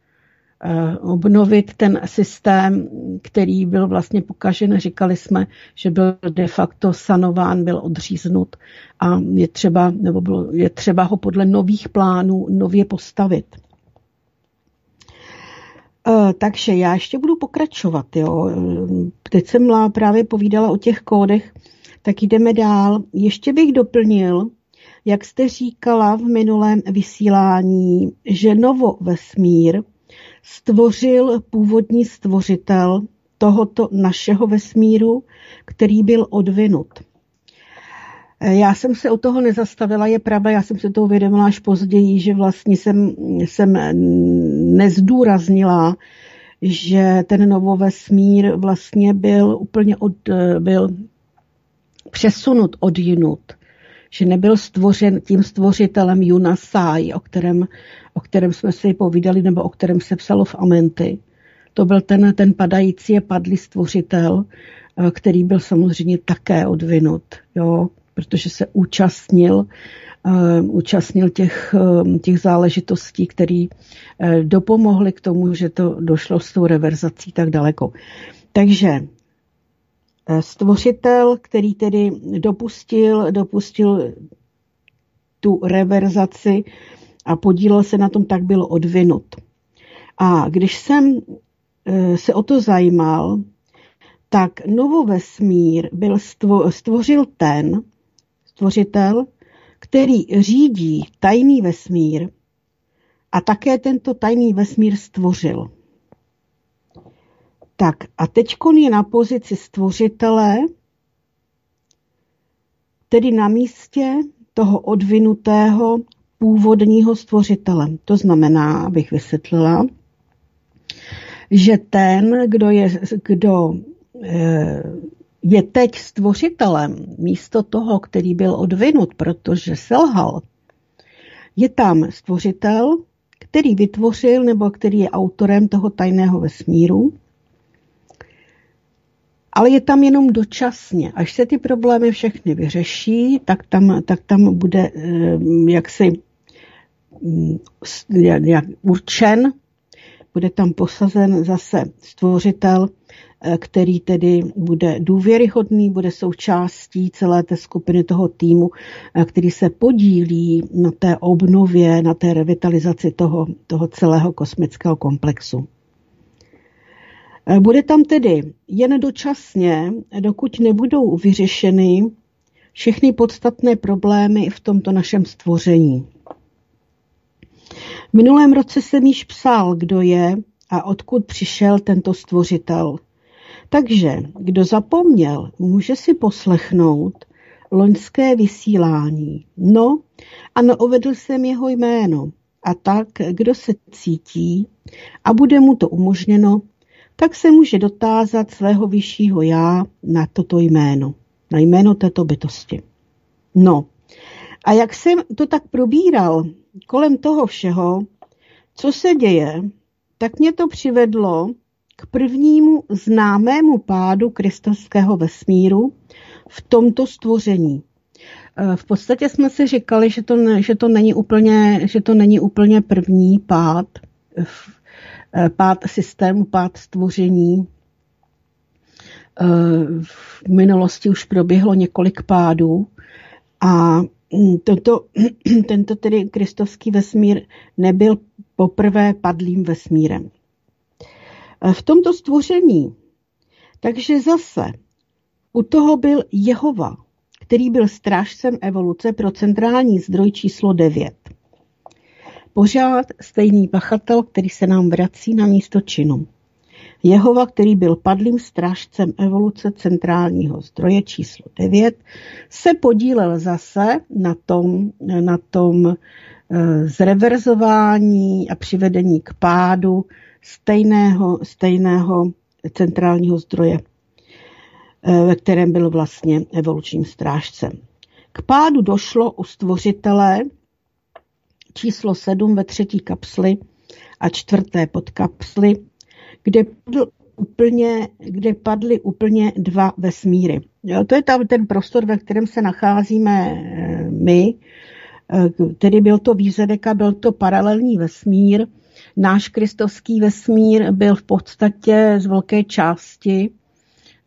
Speaker 4: obnovit ten systém, který byl vlastně pokažen. Říkali jsme, že byl de facto sanován, byl odříznut a je třeba, nebo bylo, je třeba ho podle nových plánů nově postavit. Uh, takže já ještě budu pokračovat. Jo. Teď jsem právě povídala o těch kódech, tak jdeme dál. Ještě bych doplnil, jak jste říkala v minulém vysílání, že novovesmír stvořil původní stvořitel tohoto našeho vesmíru, který byl odvinut. Já jsem se o toho nezastavila, je pravda, já jsem se toho uvědomila až později, že vlastně jsem, jsem nezdůraznila, že ten novovesmír vlastně byl úplně od, byl přesunut odjinut, že nebyl stvořen tím stvořitelem Junasai, o kterém, o kterém jsme si povídali, nebo o kterém se psalo v Amenty. To byl ten, ten padající a padlý stvořitel, který byl samozřejmě také odvinut, jo, protože se účastnil, uh, účastnil těch, uh, těch záležitostí, které uh, dopomohly k tomu, že to došlo s tou reverzací tak daleko. Takže uh, stvořitel, který tedy dopustil, dopustil tu reverzaci a podílel se na tom, tak byl odvinut. A když jsem uh, se o to zajímal, tak novovesmír byl stvo, stvořil ten stvořitel, který řídí tajný vesmír a také tento tajný vesmír stvořil. Tak a teďkon je na pozici stvořitele, tedy na místě toho odvinutého původního stvořitele. To znamená, abych vysvětlila, že ten, kdo je, kdo je teď stvořitelem místo toho, který byl odvinut, protože selhal, je tam stvořitel, který vytvořil nebo který je autorem toho tajného vesmíru, ale je tam jenom dočasně. Až se ty problémy všechny vyřeší, tak tam, tak tam bude jaksi jak určen, bude tam posazen zase stvořitel, který tedy bude důvěryhodný, bude součástí celé té skupiny toho týmu, který se podílí na té obnově, na té revitalizaci toho, toho celého kosmického komplexu. Bude tam tedy jen dočasně, dokud nebudou vyřešeny všechny podstatné problémy v tomto našem stvoření. V minulém roce jsem již psal, kdo je a odkud přišel tento stvořitel. Takže, kdo zapomněl, může si poslechnout loňské vysílání. No, a neuvedl jsem jeho jméno. A tak, kdo se cítí a bude mu to umožněno, tak se může dotázat svého vyššího já na toto jméno, na jméno této bytosti. No, a jak jsem to tak probíral kolem toho všeho, co se děje, tak mě to přivedlo k prvnímu známému pádu kristovského vesmíru v tomto stvoření. V podstatě jsme si říkali, že to, ne, že to, není, úplně, že to není úplně první pád, pád systému, pád stvoření. V minulosti už proběhlo několik pádů a toto, tento tedy kristovský vesmír nebyl poprvé padlým vesmírem. V tomto stvoření, takže zase u toho byl Jehova, který byl strážcem evoluce pro centrální zdroj číslo devět. Pořád stejný pachatel, který se nám vrací na místo činu. Jehova, který byl padlým strážcem evoluce centrálního zdroje číslo devět, se podílel zase na tom, na tom zreverzování a přivedení k pádu stejného, stejného centrálního zdroje, ve kterém byl vlastně evolučním strážcem. K pádu došlo u stvořitele číslo sedm ve třetí kapsli a čtvrté podkapsli, kde padl úplně, kde padly úplně dva vesmíry. Jo, to je tam ten prostor, ve kterém se nacházíme my, tedy byl to výsledek a byl to paralelní vesmír. Náš kristovský vesmír byl v podstatě z velké části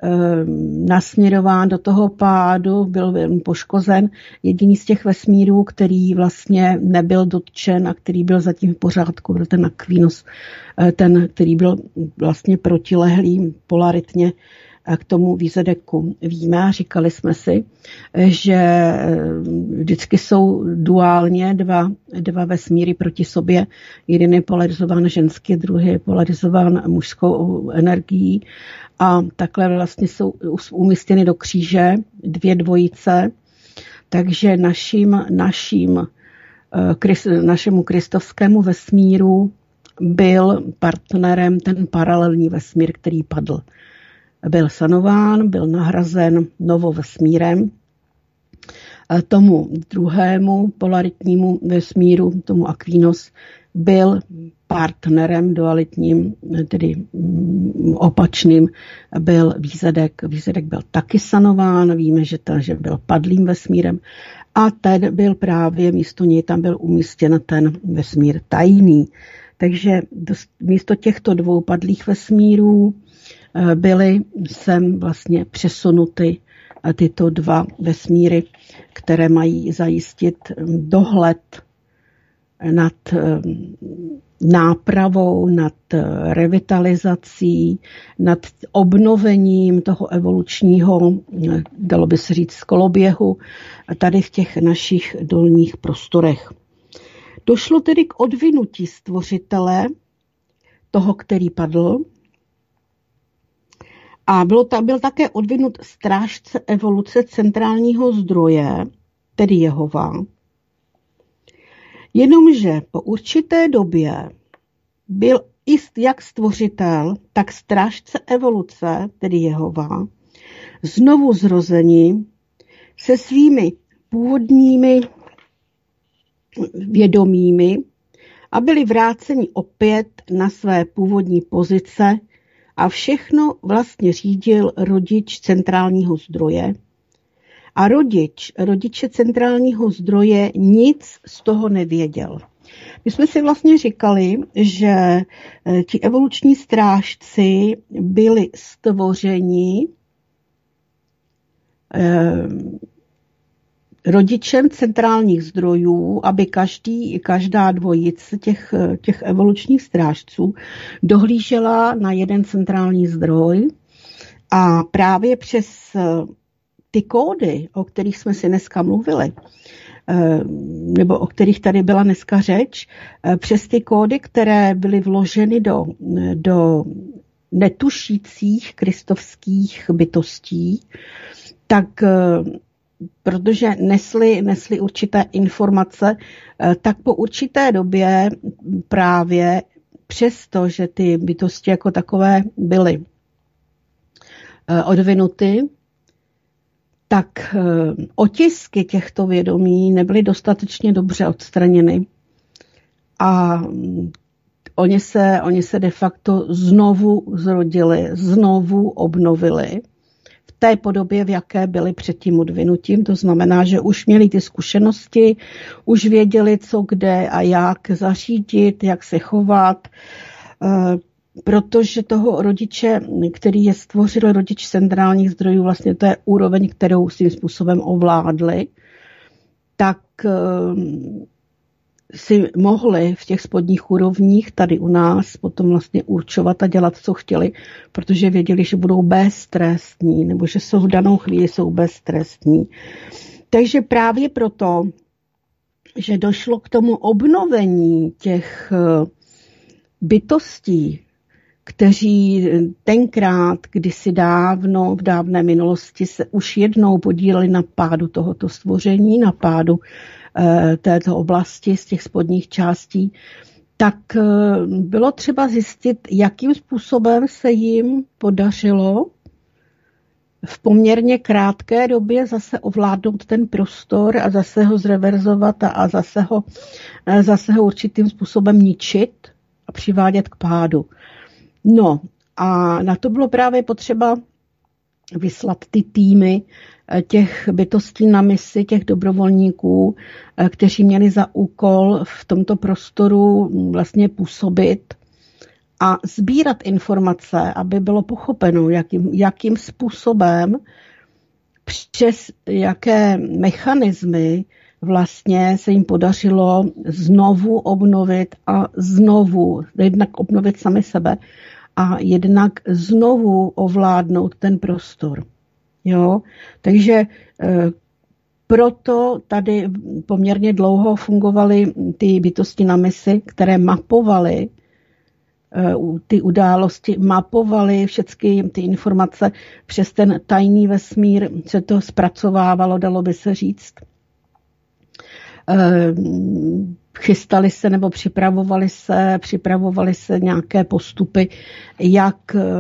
Speaker 4: nasměrován do toho pádu, byl poškozen. Jediný z těch vesmírů, který vlastně nebyl dotčen a který byl zatím v pořádku, byl ten Aquinos, ten, který byl vlastně protilehlý polaritně k tomu Výzedeku. Víme a říkali jsme si, že vždycky jsou duálně dva, dva vesmíry proti sobě. Jeden je polarizován ženský, druhý je polarizován mužskou energií. A takhle vlastně jsou umístěny do kříže dvě dvojice. Takže naším, naším, našemu kristovskému vesmíru byl partnerem ten paralelní vesmír, který padl. Byl sanován, byl nahrazen novovesmírem. Tomu druhému polaritnímu vesmíru, tomu Aquinos, byl partnerem dualitním, tedy opačným, byl Výzedek. Výzedek byl taky sanován, víme, že, ta, že byl padlým vesmírem a ten byl právě, místo něj tam byl umístěn ten vesmír tajný. Takže místo těchto dvou padlých vesmírů byly sem vlastně přesunuty tyto dva vesmíry, které mají zajistit dohled nad nápravou, nad revitalizací, nad obnovením toho evolučního, dalo by se říct, koloběhu tady v těch našich dolních prostorech. Došlo tedy k odvinutí stvořitele, toho, který padl, a bylo ta, byl také odvinut strážce evoluce centrálního zdroje, tedy Jehova. Jenomže po určité době byl i jak stvořitel, tak strážce evoluce, tedy Jehova, znovu zrození se svými původními vědomími a byli vráceni opět na své původní pozice a všechno vlastně řídil rodič centrálního zdroje. A rodič, rodiče centrálního zdroje nic z toho nevěděl. My jsme si vlastně říkali, že ti evoluční strážci byli stvořeni eh, rodičem centrálních zdrojů, aby každý, každá dvojice těch, těch evolučních strážců dohlížela na jeden centrální zdroj a právě přes ty kódy, o kterých jsme si dneska mluvili, nebo o kterých tady byla dneska řeč, přes ty kódy, které byly vloženy do, do netušících kristovských bytostí, tak protože nesli, nesli určité informace, tak po určité době právě přesto, že ty bytosti jako takové byly odvinuty, tak otisky těchto vědomí nebyly dostatečně dobře odstraněny a oni se, oni se de facto znovu zrodili, znovu obnovili v té podobě, v jaké byly před tím odvinutím. To znamená, že už měli ty zkušenosti, už věděli, co kde a jak zařídit, jak se chovat, protože toho rodiče, který je stvořil, rodič centrálních zdrojů, vlastně to je úroveň, kterou svým způsobem ovládli, tak si mohli v těch spodních úrovních tady u nás potom vlastně určovat a dělat, co chtěli, protože věděli, že budou beztrestní, nebo že jsou v danou chvíli jsou beztrestní. Takže právě proto, že došlo k tomu obnovení těch bytostí, kteří tenkrát, kdysi dávno, v dávné minulosti se už jednou podíleli na pádu tohoto stvoření, na pádu e, této oblasti z těch spodních částí, tak e, bylo třeba zjistit, jakým způsobem se jim podařilo v poměrně krátké době zase ovládnout ten prostor a zase ho zreverzovat a, a zase, ho, e, zase ho určitým způsobem ničit a přivádět k pádu. No a na to bylo právě potřeba vyslat ty týmy těch bytostí na misi, těch dobrovolníků, kteří měli za úkol v tomto prostoru vlastně působit a sbírat informace, aby bylo pochopeno, jakým, jakým způsobem, přes jaké mechanismy vlastně se jim podařilo znovu obnovit a znovu, jednak obnovit sami sebe a jednak znovu ovládnout ten prostor. Jo? Takže e, proto tady poměrně dlouho fungovaly ty bytosti na misi, které mapovaly e, ty události, mapovaly všechny ty informace přes ten tajný vesmír, se to zpracovávalo, dalo by se říct. E, chystali se nebo připravovali se, připravovali se nějaké postupy, jak,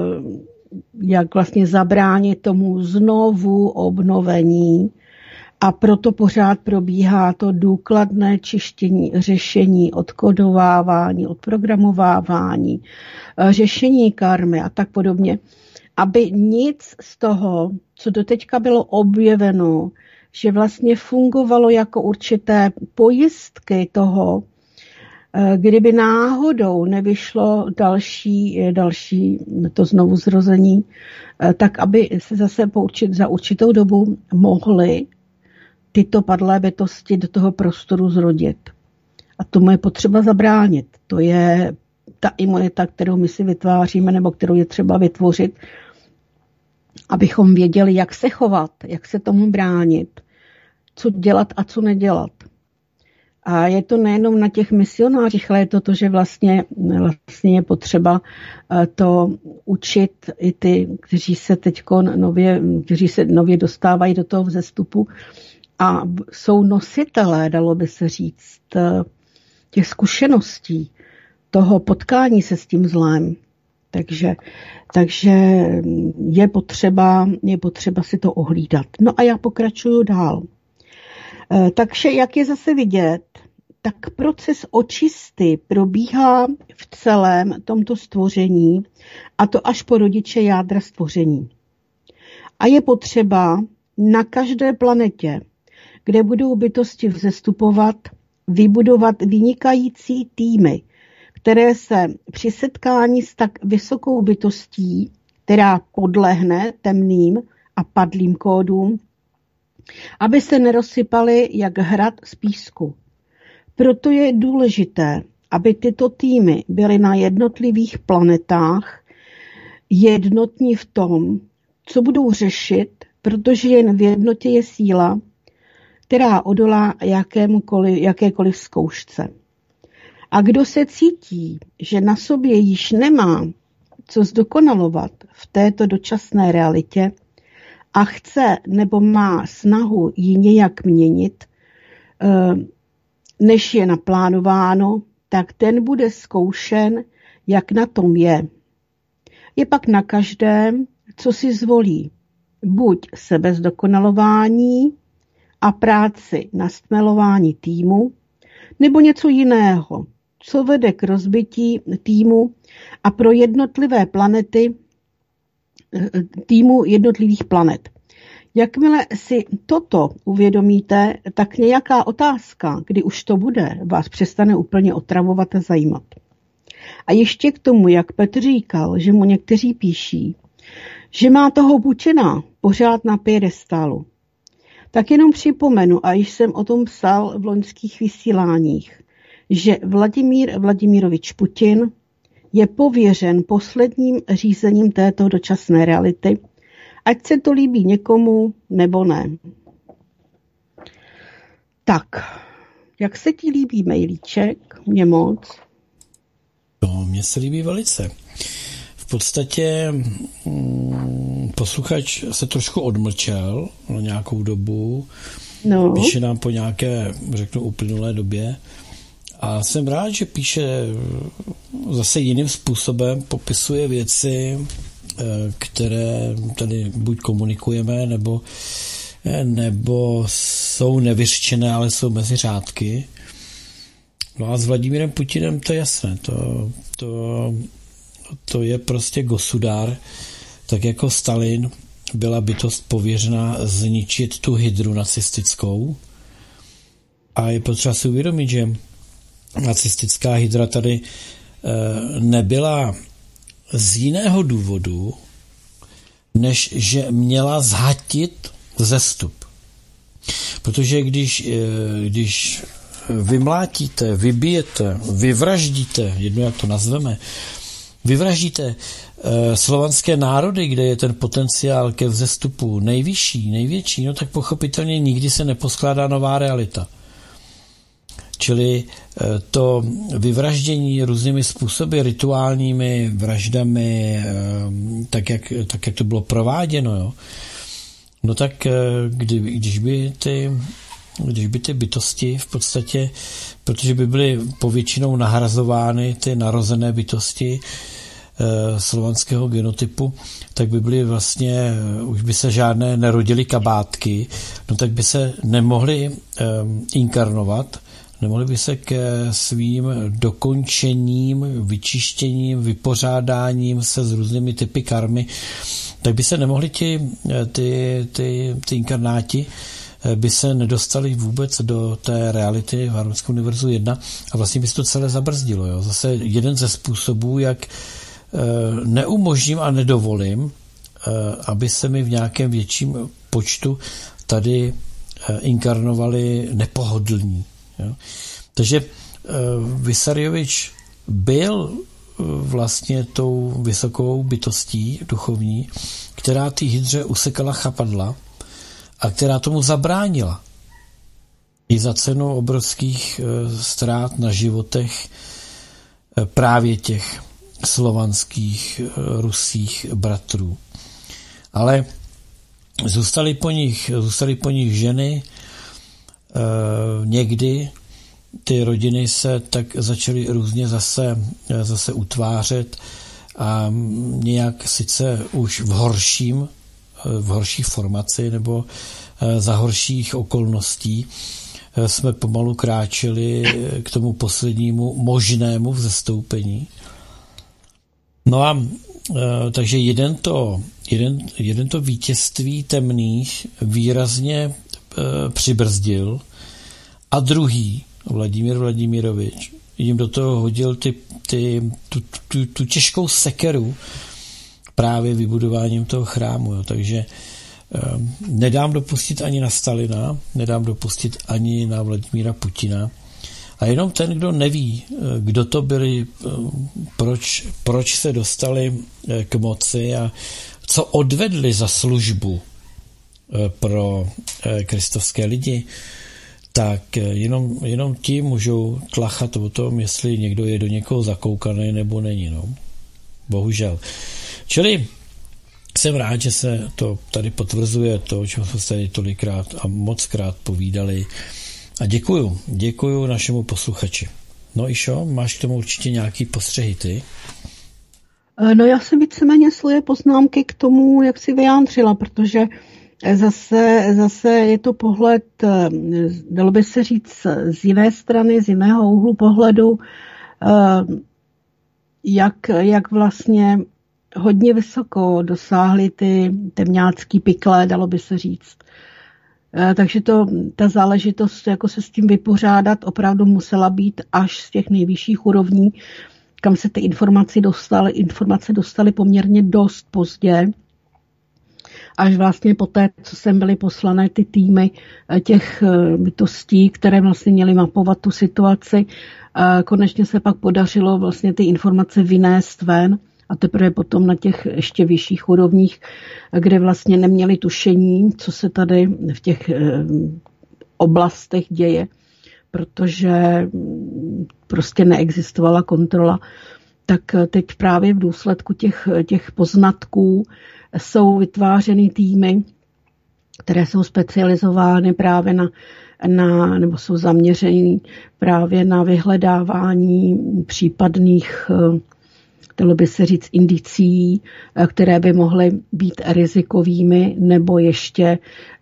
Speaker 4: jak vlastně zabránit tomu znovu obnovení a proto pořád probíhá to důkladné čištění, řešení, odkodovávání, odprogramovávání, řešení karmy a tak podobně, aby nic z toho, co doteďka bylo objeveno, že vlastně fungovalo jako určité pojistky toho, kdyby náhodou nevyšlo další, další to znovu zrození, tak aby se zase po určit, za určitou dobu mohly tyto padlé bytosti do toho prostoru zrodit. A tomu je potřeba zabránit. To je ta imunita, kterou my si vytváříme, nebo kterou je třeba vytvořit, abychom věděli, jak se chovat, jak se tomu bránit, co dělat a co nedělat. A je to nejenom na těch misionářích, ale je to to, že vlastně, vlastně je potřeba to učit i ty, kteří se teďko nově, kteří se nově dostávají do toho vzestupu a jsou nositelé, dalo by se říct, těch zkušeností, toho potkání se s tím zlem. Takže, takže je potřeba, je potřeba si to ohlídat. No a já pokračuju dál. Takže jak je zase vidět, tak proces očisty probíhá v celém tomto stvoření, a to až po rodiče jádra stvoření. A je potřeba na každé planetě, kde budou bytosti vzestupovat, vybudovat vynikající týmy, které se při setkání s tak vysokou bytostí, která podlehne temným a padlým kódům, aby se nerozsypaly jak hrad z písku. Proto je důležité, aby tyto týmy byly na jednotlivých planetách jednotní v tom, co budou řešit, protože jen v jednotě je síla, která odolá jakémukoliv, jakékoliv zkoušce. A kdo se cítí, že na sobě již nemá co zdokonalovat v této dočasné realitě a chce nebo má snahu ji nějak měnit, než je naplánováno, tak ten bude zkoušen, jak na tom je. Je pak na každém, co si zvolí. Buď sebezdokonalování a práci na stmelování týmu, nebo něco jiného, co vede k rozbití týmu a pro jednotlivé planety, týmu jednotlivých planet. Jakmile si toto uvědomíte, tak nějaká otázka, kdy už to bude, vás přestane úplně otravovat a zajímat. A ještě k tomu, jak Petr říkal, že mu někteří píší, že má toho Putina pořád na piedestálu. Tak jenom připomenu, a již jsem o tom psal v loňských vysíláních, že Vladimír Vladimirovič Putin je pověřen posledním řízením této dočasné reality, ať se to líbí někomu nebo ne. Tak, jak se ti líbí mailíček? Mně moc.
Speaker 3: No, mně se líbí velice. V podstatě mm, posluchač se trošku odmlčel na nějakou dobu. No. Píše nám po nějaké, řeknu, uplynulé době. A jsem rád, že píše zase jiným způsobem, popisuje věci, které tady buď komunikujeme, nebo, nebo jsou nevyřčené, ale jsou mezi řádky. No a s Vladimírem Putinem to je jasné. To, to, to je prostě gosudár, tak jako Stalin byla bytost pověřena zničit tu hydru nacistickou. A je potřeba si uvědomit, že nacistická hydra tady nebyla z jiného důvodu, než že měla zhatit vzestup. Protože když, když vymlátíte, vybijete, vyvraždíte, jedno jak to nazveme, vyvraždíte slovanské národy, kde je ten potenciál ke vzestupu nejvyšší, největší, no tak pochopitelně nikdy se neposkládá nová realita. Čili to vyvraždění různými způsoby, rituálními vraždami, tak jak, tak jak to bylo prováděno, jo, no tak kdy, když by ty když by ty bytosti v podstatě, protože by byly povětšinou nahrazovány ty narozené bytosti e, slovanského genotypu, tak by byly vlastně, už by se žádné nerodily kabátky, no tak by se nemohly e, inkarnovat, nemohly by se ke svým dokončením, vyčištěním, vypořádáním se s různými typy karmy, tak by se nemohli ti, ty, ty, ty inkarnáti by se nedostali vůbec do té reality v Harmonském univerzu jedna a vlastně by se to celé zabrzdilo. Jo. Zase jeden ze způsobů, jak neumožním a nedovolím, aby se mi v nějakém větším počtu tady inkarnovali nepohodlní. Jo. Takže Vysariovič byl vlastně tou vysokou bytostí duchovní, která té hydře usekala chapadla a která tomu zabránila. I za cenu obrovských ztrát na životech právě těch slovanských, rusích bratrů. Ale zůstaly po nich, zůstaly po nich ženy, někdy ty rodiny se tak začaly různě zase, zase utvářet a nějak sice už v horším, v horší formaci nebo za horších okolností jsme pomalu kráčeli k tomu poslednímu možnému vzestoupení. No a takže jeden to, jeden, jeden to vítězství temných výrazně přibrzdil a druhý, Vladimír Vladimirovič, jim do toho hodil ty, ty, tu, tu, tu těžkou sekeru právě vybudováním toho chrámu. Jo. Takže eh, nedám dopustit ani na Stalina, nedám dopustit ani na Vladimíra Putina. A jenom ten, kdo neví, kdo to byli, proč, proč se dostali k moci a co odvedli za službu pro kristovské lidi, tak jenom, jenom ti můžou tlachat o tom, jestli někdo je do někoho zakoukaný nebo není. No. Bohužel. Čili jsem rád, že se to tady potvrzuje, to, o čem jsme se tady tolikrát a mockrát povídali. A děkuju, děkuju našemu posluchači. No Išo, máš k tomu určitě nějaký postřehy ty?
Speaker 4: No já jsem víceméně svoje poznámky k tomu, jak si vyjádřila, protože zase, zase je to pohled, dalo by se říct, z jiné strany, z jiného úhlu pohledu, jak, jak vlastně hodně vysoko dosáhly ty temňácký pikle, dalo by se říct. Takže to, ta záležitost, jako se s tím vypořádat, opravdu musela být až z těch nejvyšších úrovní, kam se ty informace dostaly, informace dostaly poměrně dost pozdě, až vlastně po té, co sem byly poslané ty týmy těch bytostí, které vlastně měly mapovat tu situaci, konečně se pak podařilo vlastně ty informace vynést ven a teprve potom na těch ještě vyšších úrovních, kde vlastně neměli tušení, co se tady v těch oblastech děje, protože prostě neexistovala kontrola, tak teď právě v důsledku těch, těch poznatků jsou vytvářeny týmy, které jsou specializovány právě na, na nebo jsou zaměřeny právě na vyhledávání případných, dalo by se říct, indicí, které by mohly být rizikovými nebo ještě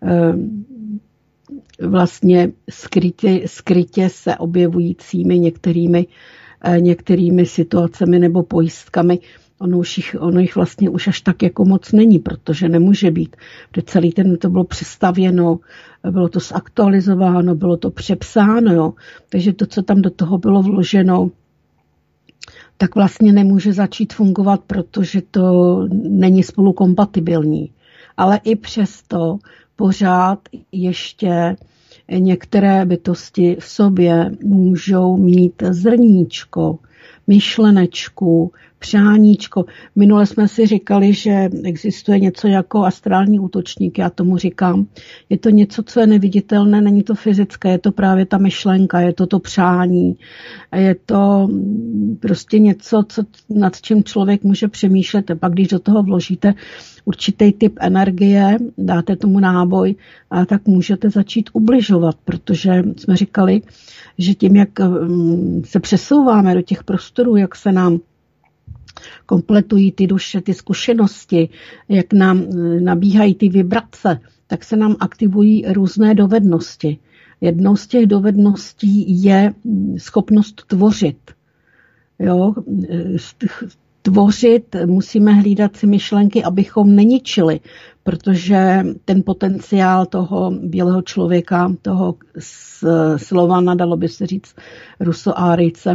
Speaker 4: vlastně skrytě, skrytě se objevujícími některými, některými situacemi nebo pojistkami. Ono, už jich, ono jich vlastně už až tak jako moc není, protože nemůže být. Protože celý ten to bylo přestavěno, bylo to zaktualizováno, bylo to přepsáno. Jo. Takže to, co tam do toho bylo vloženo, tak vlastně nemůže začít fungovat, protože to není spolu kompatibilní. Ale i přesto pořád ještě některé bytosti v sobě můžou mít zrníčko, myšlenečku, přáníčko. Minule jsme si říkali, že existuje něco jako astrální útočník, já tomu říkám. Je to něco, co je neviditelné, není to fyzické, je to právě ta myšlenka, je to to přání, je to prostě něco, co, nad čím člověk může přemýšlet. A pak, když do toho vložíte určitý typ energie, dáte tomu náboj, a tak můžete začít ubližovat, protože jsme říkali, že tím, jak se přesouváme do těch prostorů, jak se nám kompletují ty duše, ty zkušenosti, jak nám nabíhají ty vibrace, tak se nám aktivují různé dovednosti. Jednou z těch dovedností je schopnost tvořit. Jo? Tvořit musíme hlídat si myšlenky, abychom neničili, protože ten potenciál toho bílého člověka, toho Slovana, dalo by se říct Ruso-Árijce,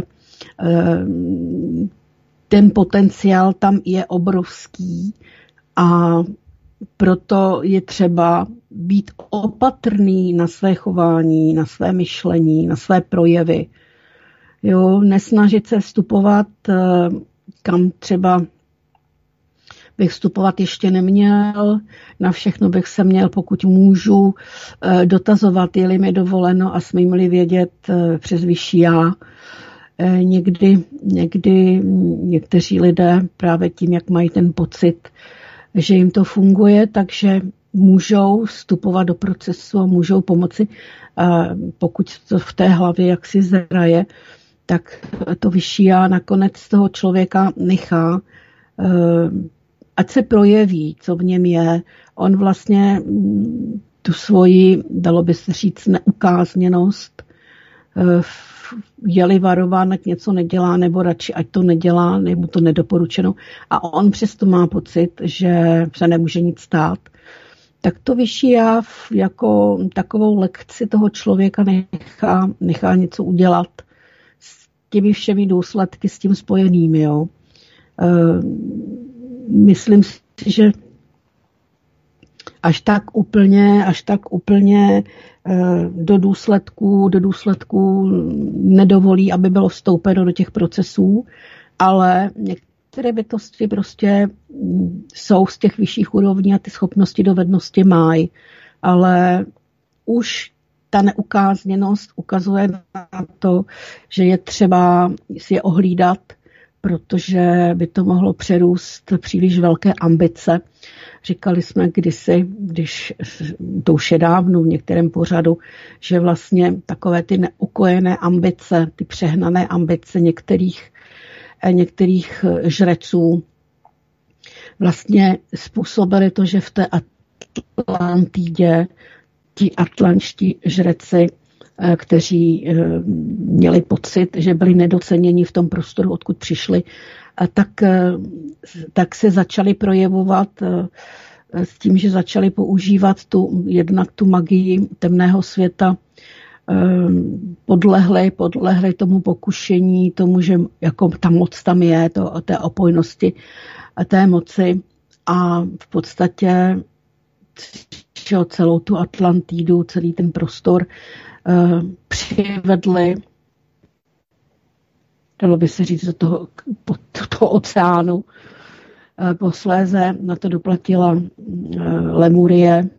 Speaker 4: ten potenciál tam je obrovský a proto je třeba být opatrný na své chování, na své myšlení, na své projevy. Jo, nesnažit se vstupovat, kam třeba bych vstupovat ještě neměl, na všechno bych se měl, pokud můžu, dotazovat, je-li mi dovoleno a smím-li vědět přes vyšší já. Někdy, někdy někteří lidé právě tím, jak mají ten pocit, že jim to funguje, takže můžou vstupovat do procesu a můžou pomoci. Pokud to v té hlavě jaksi zraje, tak to vyšší já nakonec toho člověka nechá, ať se projeví, co v něm je. On vlastně tu svoji, dalo by se říct, neukázněnost, je-li varován, ať něco nedělá, nebo radši ať to nedělá, nebo to nedoporučeno. A on přesto má pocit, že se nemůže nic stát. Tak to vyšší já jako takovou lekci toho člověka nechá, nechá něco udělat s těmi všemi důsledky s tím spojenými. Jo. E, myslím si, že až tak úplně, až tak úplně do důsledků, do důsledků nedovolí, aby bylo vstoupeno do těch procesů, ale některé bytosti prostě jsou z těch vyšších úrovní a ty schopnosti, dovednosti mají, ale už ta neukázněnost ukazuje na to, že je třeba si je ohlídat, protože by to mohlo přerůst příliš velké ambice. Říkali jsme kdysi, když to už je dávno v některém pořadu, že vlastně takové ty neukojené ambice, ty přehnané ambice některých, některých žreců vlastně způsobily to, že v té Atlantidě ti atlanští žreci, kteří měli pocit, že byli nedoceněni v tom prostoru, odkud přišli, tak, tak se začali projevovat s tím, že začali používat tu, jednak tu magii temného světa, podlehli, podlehli tomu pokušení, tomu, že jako ta moc tam je, to, té opojnosti té moci a v podstatě celou tu Atlantidu, celý ten prostor přivedli, dalo by se říct, do toho, do toho oceánu. Posléze na to doplatila Lemurie.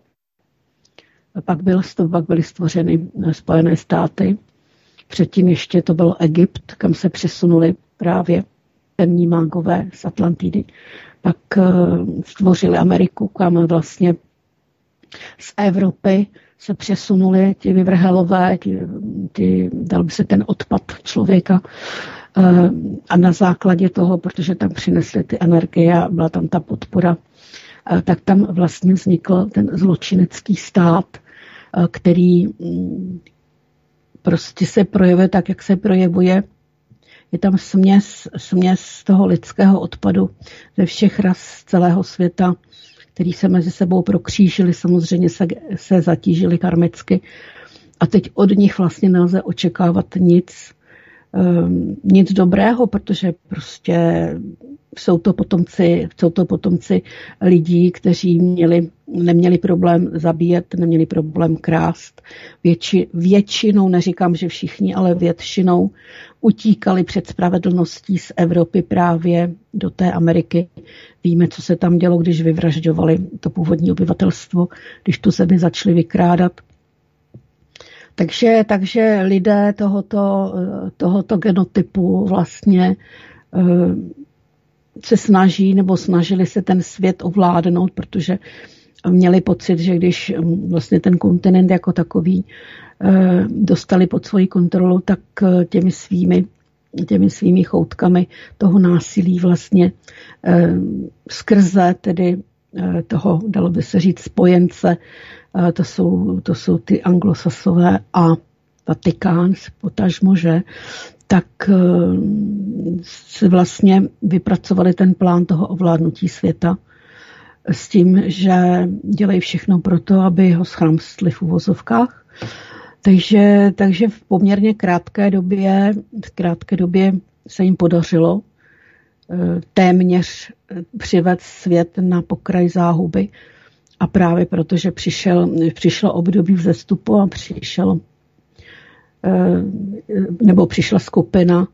Speaker 4: Pak, byl, pak byly stvořeny Spojené státy. Předtím ještě to byl Egypt, kam se přesunuli právě temní mágové z Atlantidy. Pak stvořili Ameriku, kam vlastně z Evropy se přesunuli ti vyvrhelové, ti, ti, dal by se ten odpad člověka a na základě toho, protože tam přinesli ty energie a byla tam ta podpora, tak tam vlastně vznikl ten zločinecký stát, který prostě se projevuje tak, jak se projevuje. Je tam směs, směs toho lidského odpadu ze všech ras celého světa, který se mezi sebou prokřížili, samozřejmě se, se zatížili karmicky. A teď od nich vlastně nelze očekávat nic. nic dobrého, protože prostě jsou to potomci, jsou to potomci lidí, kteří měli, neměli problém zabíjet, neměli problém krást. Větši, většinou, neříkám, že všichni, ale většinou utíkali před spravedlností z Evropy právě do té Ameriky. Víme, co se tam dělo, když vyvražďovali to původní obyvatelstvo, když tu zemi začali vykrádat. Takže, takže lidé tohoto, tohoto genotypu vlastně se snaží nebo snažili se ten svět ovládnout, protože měli pocit, že když vlastně ten kontinent jako takový dostali pod svoji kontrolu, tak těmi svými, těmi svými choutkami toho násilí vlastně skrze tedy toho, dalo by se říct, spojence, to jsou, to jsou ty anglosasové a Vatikán, potažmo, že, tak si vlastně vypracovali ten plán toho ovládnutí světa s tím, že dělají všechno pro to, aby ho schramstli v uvozovkách. Takže, takže v poměrně krátké době, v krátké době se jim podařilo téměř přivést svět na pokraj záhuby. A právě protože přišel, přišlo období vzestupu a přišel, nebo přišla skupina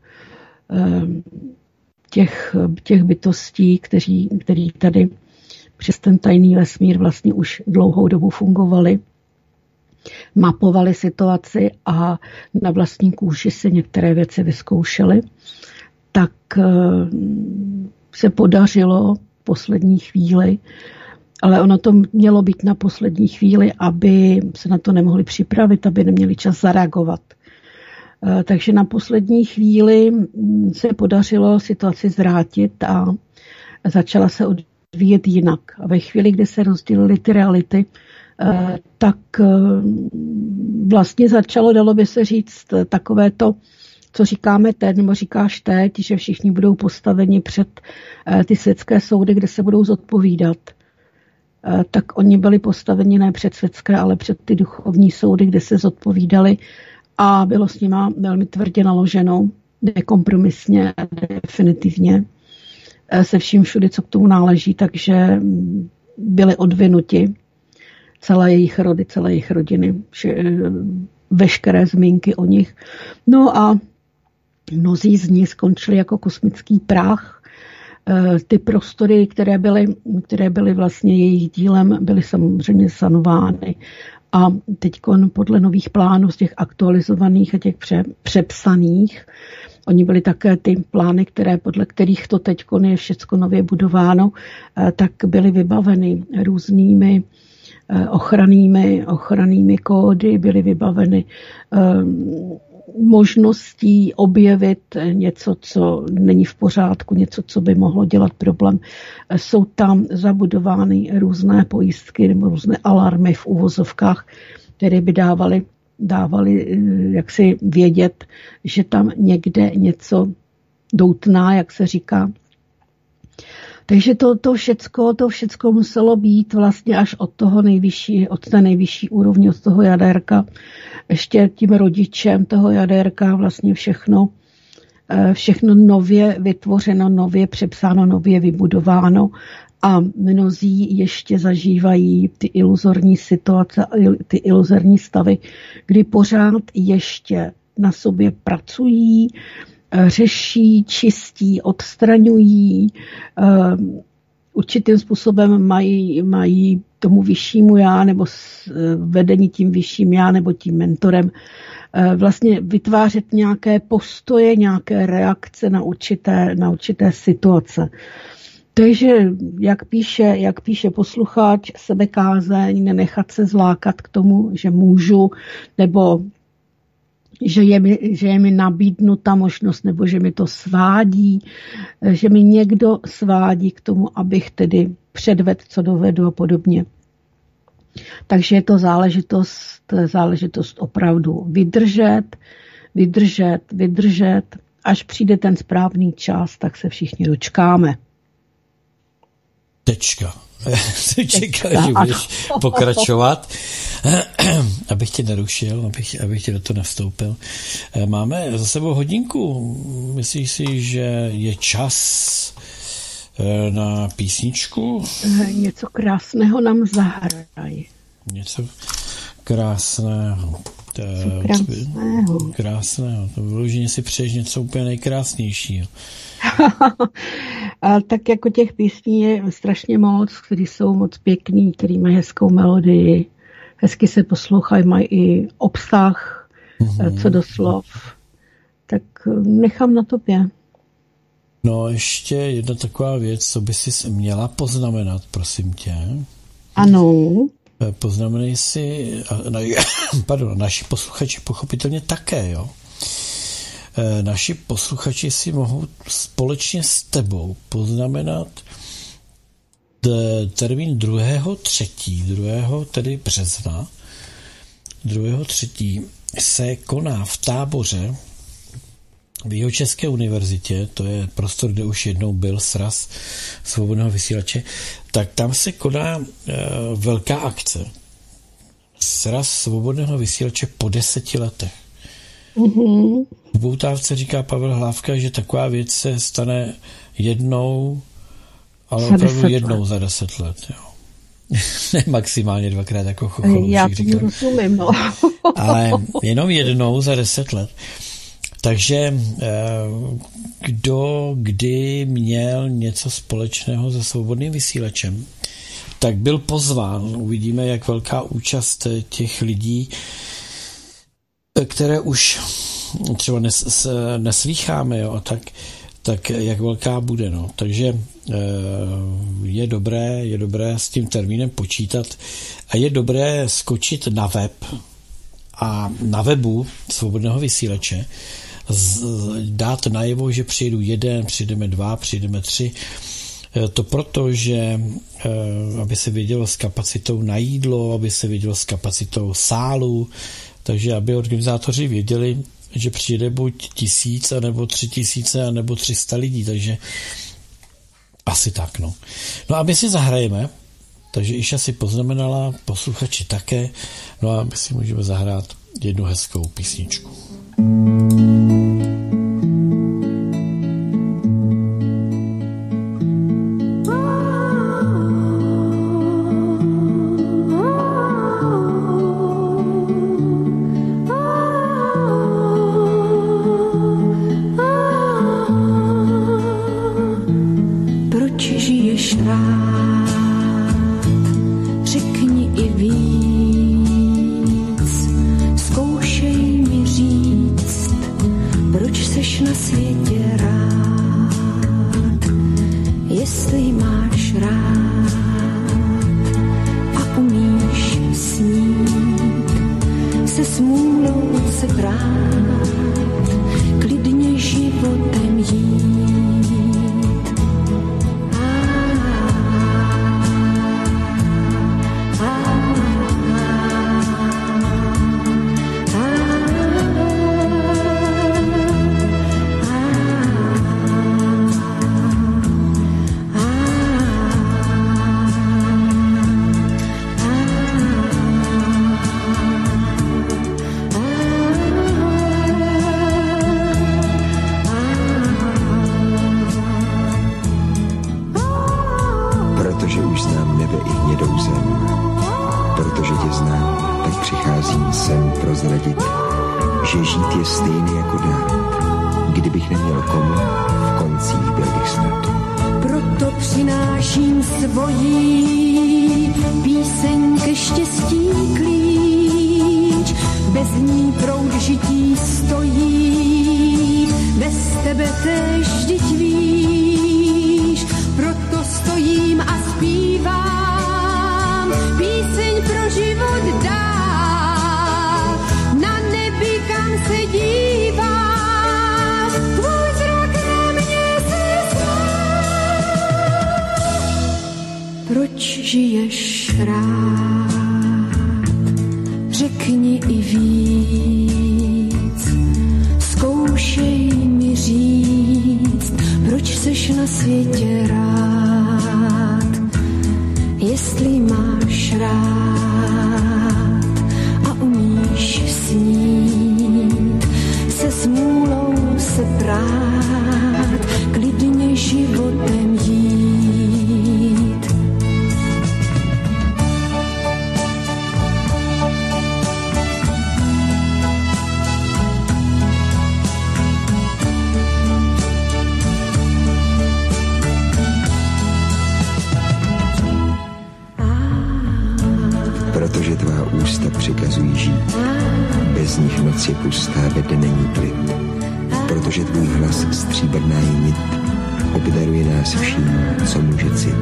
Speaker 4: těch, těch bytostí, kteří, kteří tady přes ten tajný vesmír vlastně už dlouhou dobu fungovali, mapovali situaci a na vlastní kůži si některé věci vyzkoušeli, tak se podařilo v poslední chvíli, ale ono to mělo být na poslední chvíli, aby se na to nemohli připravit, aby neměli čas zareagovat. Takže na poslední chvíli se podařilo situaci zvrátit a začala se odvíjet jinak. A ve chvíli, kdy se rozdělily ty reality, tak vlastně začalo, dalo by se říct, takové to, co říkáme teď, nebo říkáš teď, že všichni budou postaveni před ty světské soudy, kde se budou zodpovídat. Tak oni byli postaveni ne před světské, ale před ty duchovní soudy, kde se zodpovídali a bylo s nima velmi tvrdě naloženo, nekompromisně, definitivně, se vším všude, co k tomu náleží, takže byli odvinuti celé jejich rody, celé jejich rodiny, veškeré zmínky o nich. No a mnozí z nich skončili jako kosmický prach. Ty prostory, které byly, které byly vlastně jejich dílem, byly samozřejmě sanovány. A teď podle nových plánů z těch aktualizovaných a těch pře, přepsaných, oni byly také ty plány, které, podle kterých to teď je všecko nově budováno, tak byly vybaveny různými ochrannými, ochrannými kódy, byly vybaveny možností objevit něco, co není v pořádku, něco, co by mohlo dělat problém. Jsou tam zabudovány různé pojistky nebo různé alarmy v uvozovkách, které by dávaly, dávaly jaksi vědět, že tam někde něco doutná, jak se říká. Takže to, to všecko, to všecko muselo být vlastně až od toho nejvyšší, od té nejvyšší úrovně, od toho jadérka, ještě tím rodičem toho jadérka vlastně všechno, všechno nově vytvořeno, nově přepsáno, nově vybudováno a mnozí ještě zažívají ty iluzorní situace, ty iluzorní stavy, kdy pořád ještě na sobě pracují, řeší, čistí, odstraňují, určitým způsobem mají, mají tomu vyššímu já nebo vedení tím vyšším já nebo tím mentorem vlastně vytvářet nějaké postoje, nějaké reakce na určité, na určité situace. Takže, jak píše, jak píše posluchač, sebekázeň, nenechat se zlákat k tomu, že můžu, nebo že je, mi, že je mi nabídnuta možnost, nebo že mi to svádí, že mi někdo svádí k tomu, abych tedy předvedl, co dovedu a podobně. Takže je to záležitost, záležitost opravdu vydržet, vydržet, vydržet. Až přijde ten správný čas, tak se všichni dočkáme.
Speaker 3: Tečka. Čekal, že budeš pokračovat. abych tě nerušil, abych, abych tě do toho nevstoupil. Máme za sebou hodinku. Myslíš si, že je čas na písničku?
Speaker 4: Něco krásného nám zahrají.
Speaker 3: Něco krásného.
Speaker 4: Něco krásného.
Speaker 3: Krásného. To vyloženě si přeješ něco úplně nejkrásnějšího.
Speaker 4: A tak jako těch písní je strašně moc, které jsou moc pěkný, který mají hezkou melodii, hezky se poslouchají, mají i obsah, mm-hmm. co do slov. Tak nechám na tobě.
Speaker 3: No ještě jedna taková věc, co by si měla poznamenat, prosím tě.
Speaker 4: Ano.
Speaker 3: Poznamenej si, pardon, naši posluchači pochopitelně také, jo. Naši posluchači si mohou společně s tebou poznamenat termín druhého třetího druhého tedy března, druhého třetího se koná v Táboře v Jihočeské univerzitě, to je prostor, kde už jednou byl sraz svobodného vysílače, tak tam se koná e, velká akce. Sraz svobodného vysílače po deseti letech.
Speaker 4: Mm-hmm.
Speaker 3: V Boutávce říká Pavel Hlávka, že taková věc se stane jednou, ale opravdu jednou let. za deset let. Jo. Ne maximálně dvakrát jako Chocholoušek.
Speaker 4: Já tomu rozumím, no.
Speaker 3: Ale jenom jednou za deset let. Takže kdo kdy měl něco společného se svobodným vysílačem, tak byl pozván. Uvidíme, jak velká účast těch lidí, které už třeba nes, neslýcháme, jo, tak, tak jak velká bude. No. Takže je dobré, je dobré s tím termínem počítat a je dobré skočit na web a na webu svobodného vysílače dát najevo, že přijedu jeden, přijdeme dva, přijdeme tři. To proto, že aby se vědělo s kapacitou na jídlo, aby se vědělo s kapacitou sálu, takže aby organizátoři věděli, že přijede buď tisíc, anebo tři tisíce, anebo tři sta lidí, takže asi tak, no. No a my si zahrajeme, takže Iša si poznamenala, posluchači také, no a my si můžeme zahrát jednu hezkou písničku.
Speaker 5: Zkoušej mi říct, protože tvá ústa přikazují žít. Bez nich noc je pustá, ve dne není klid. Protože tvůj hlas stříbrná je nit, obdaruje nás vším, co může cit.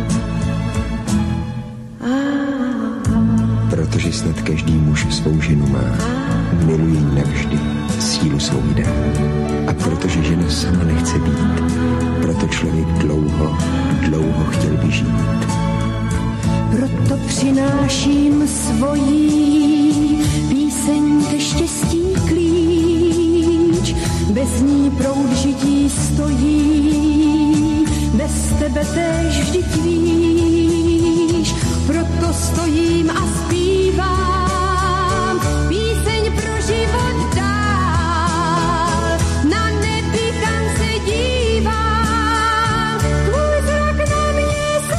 Speaker 5: Protože snad každý muž svou ženu má, miluje ji navždy, sílu svou dá. A protože žena sama nechce být, proto člověk dlouho, dlouho chtěl by žít.
Speaker 6: Proto přináším svojí píseň ke štěstí klíč. Bez ní proud žití stojí, bez tebe též vždyť víš. Proto stojím a zpívám píseň pro život dál. Na nebi, kam se dívám, tvůj zrak na mě se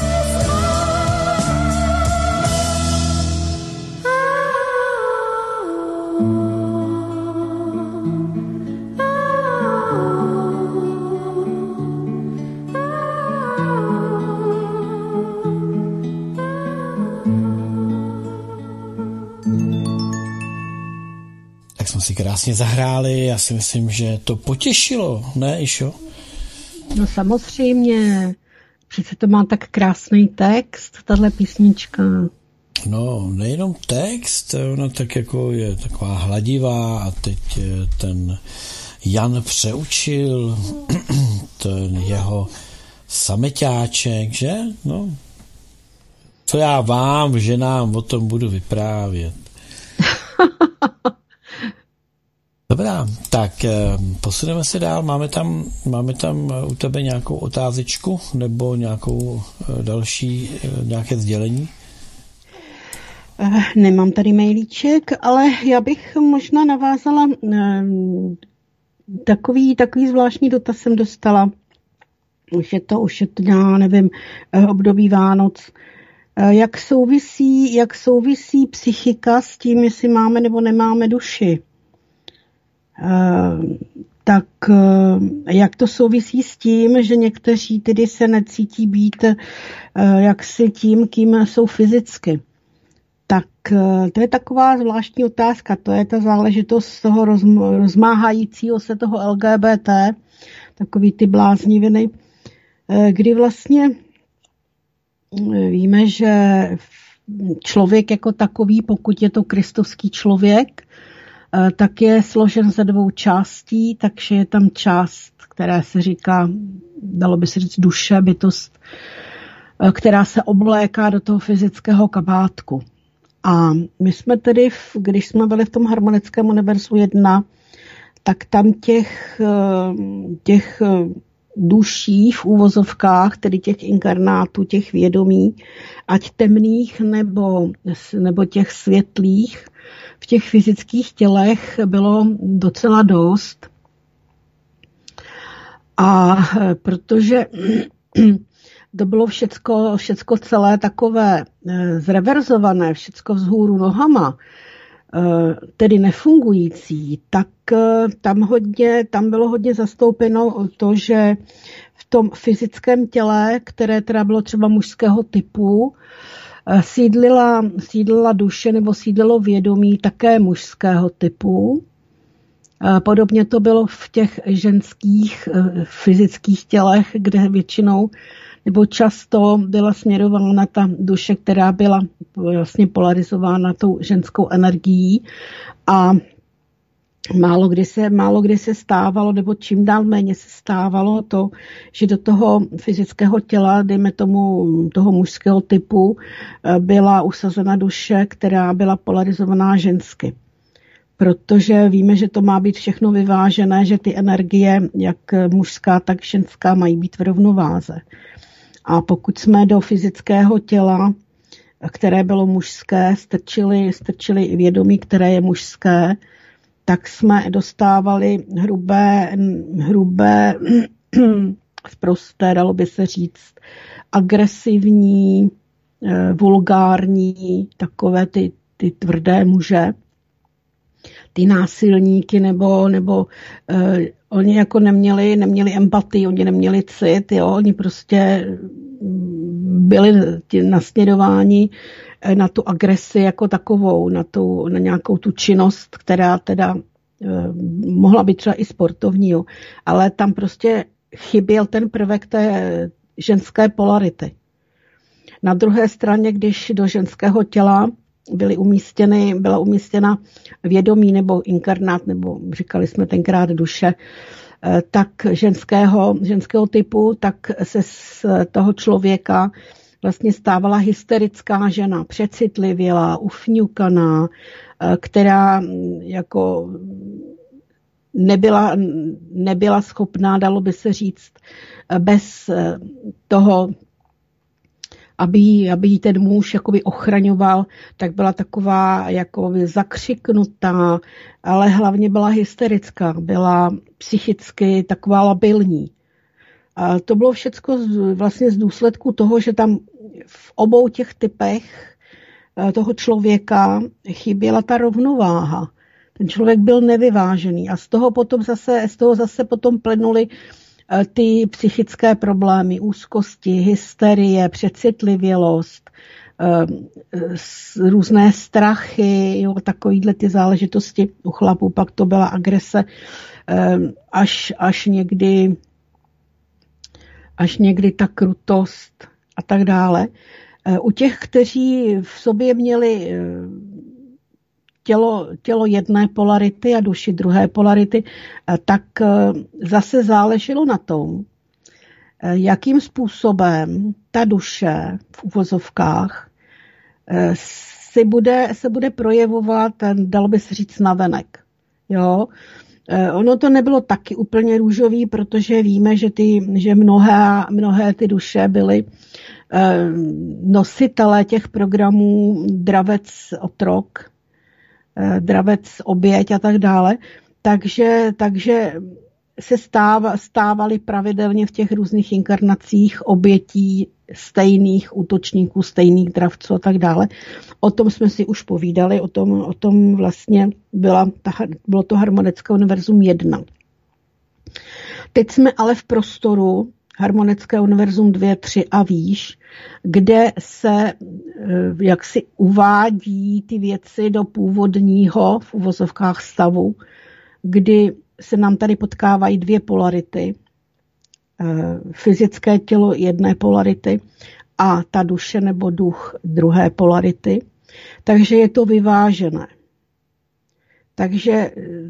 Speaker 3: Tak jsme si krásně zahráli, já si myslím, že to potěšilo, ne, Išo?
Speaker 4: No samozřejmě, přece to má tak krásný text, tahle písnička.
Speaker 3: No, nejenom text, ona tak jako je taková hladivá a teď ten Jan přeučil ten jeho sameťáček, že? No, co já vám, ženám, o tom budu vyprávět. Dobrá, tak posuneme se dál. Máme tam, máme tam u tebe nějakou otázečku nebo nějakou další, nějaké sdělení?
Speaker 4: Nemám tady mailíček, ale já bych možná navázala, takový, takový zvláštní dotaz jsem dostala. Už je to, už je to, já nevím, období Vánoc. Jak souvisí, jak souvisí psychika s tím, jestli máme nebo nemáme duši? Tak jak to souvisí s tím, že někteří tedy se necítí být jaksi tím, kým jsou fyzicky? Tak to je taková zvláštní otázka, to je ta záležitost toho rozmáhajícího se toho L G B T, takový ty blázniviny, kdy vlastně víme, že člověk jako takový, pokud je to kristovský člověk, tak je složen ze dvou částí, takže je tam část, která se říká, dalo by se říct duše, bytost, která se obléká do toho fyzického kabátku. A my jsme tedy, když jsme byli v tom harmonickém univerzu jedna, tak tam těch, těch duší v úvozovkách, tedy těch inkarnátů, těch vědomí, ať temných nebo, nebo těch světlých, v těch fyzických tělech bylo docela dost. A protože to bylo všecko, všecko celé takové zreverzované, všecko vzhůru nohama, tedy nefungující, tak tam, hodně, tam bylo hodně zastoupeno to, že v tom fyzickém těle, které teda bylo třeba mužského typu, sídlila, sídlila duše nebo sídlilo vědomí také mužského typu. Podobně to bylo v těch ženských fyzických tělech, kde většinou nebo často byla směrována ta duše, která byla vlastně polarizována tou ženskou energií a málo kdy se, málo kdy se stávalo, nebo čím dál méně se stávalo to, že do toho fyzického těla, dejme tomu toho mužského typu, byla usazena duše, která byla polarizovaná žensky. Protože víme, že to má být všechno vyvážené, že ty energie, jak mužská, tak ženská, mají být v rovnováze. A pokud jsme do fyzického těla, které bylo mužské, strčili, strčili vědomí, které je mužské, tak jsme dostávali hrubé, hrubé sprosté, dalo by se říct, agresivní, vulgární, takové ty, ty tvrdé muže, ty násilníky, nebo, nebo uh, oni jako neměli, neměli empatii, oni neměli cit, jo, oni prostě byli nasměrováni na tu agresi jako takovou, na, tu, na nějakou tu činnost, která teda mohla být třeba i sportovní, ale tam prostě chyběl ten prvek té ženské polarity. Na druhé straně, když do ženského těla byly umístěny, byla umístěna vědomí nebo inkarnát, nebo říkali jsme tenkrát duše, tak ženského, ženského typu, tak se z toho člověka vlastně stávala hysterická žena, přecitlivělá, ufňukaná, která jako nebyla, nebyla schopná, dalo by se říct, bez toho, aby jí, aby jí ten muž jakoby ochraňoval, tak byla taková jakoby zakřiknutá, ale hlavně byla hysterická, byla psychicky taková labilní. A to bylo všecko vlastně z důsledku toho, že tam v obou těch typech toho člověka chyběla ta rovnováha. Ten člověk byl nevyvážený a z toho potom zase, z toho zase potom plynuly ty psychické problémy, úzkosti, hysterie, přecitlivělost, různé strachy, jo, takovýhle ty záležitosti u chlapů, pak to byla agrese, až, až někdy až někdy ta krutost a tak dále. U těch, kteří v sobě měli tělo, tělo jedné polarity a duši druhé polarity, tak zase záleželo na tom, jakým způsobem ta duše v uvozovkách si bude, se bude projevovat, dalo by se říct, navenek. Jo? Ono to nebylo taky úplně růžový, protože víme, že, ty, že mnohé, mnohé ty duše byly nositelé těch programů dravec otrok, dravec oběť a tak dále. Takže, takže se stáv, stávaly pravidelně v těch různých inkarnacích obětí stejných útočníků, stejných dravců a tak dále. O tom jsme si už povídali, o tom, o tom vlastně byla ta, bylo to harmonické univerzum jedna. Teď jsme ale v prostoru harmonické univerzum dvě, tři a výš, kde se jak si uvádí ty věci do původního v uvozovkách stavu, kdy se nám tady potkávají dvě polarity, fyzické tělo jedné polarity a ta duše nebo duch druhé polarity. Takže je to vyvážené. Takže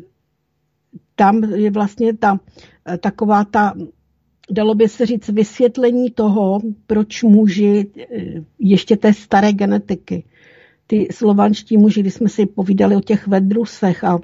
Speaker 4: tam je vlastně ta, taková ta, dalo by se říct, vysvětlení toho, proč muži ještě té staré genetiky, ty slovanští muži, když jsme si povídali o těch vedrusech a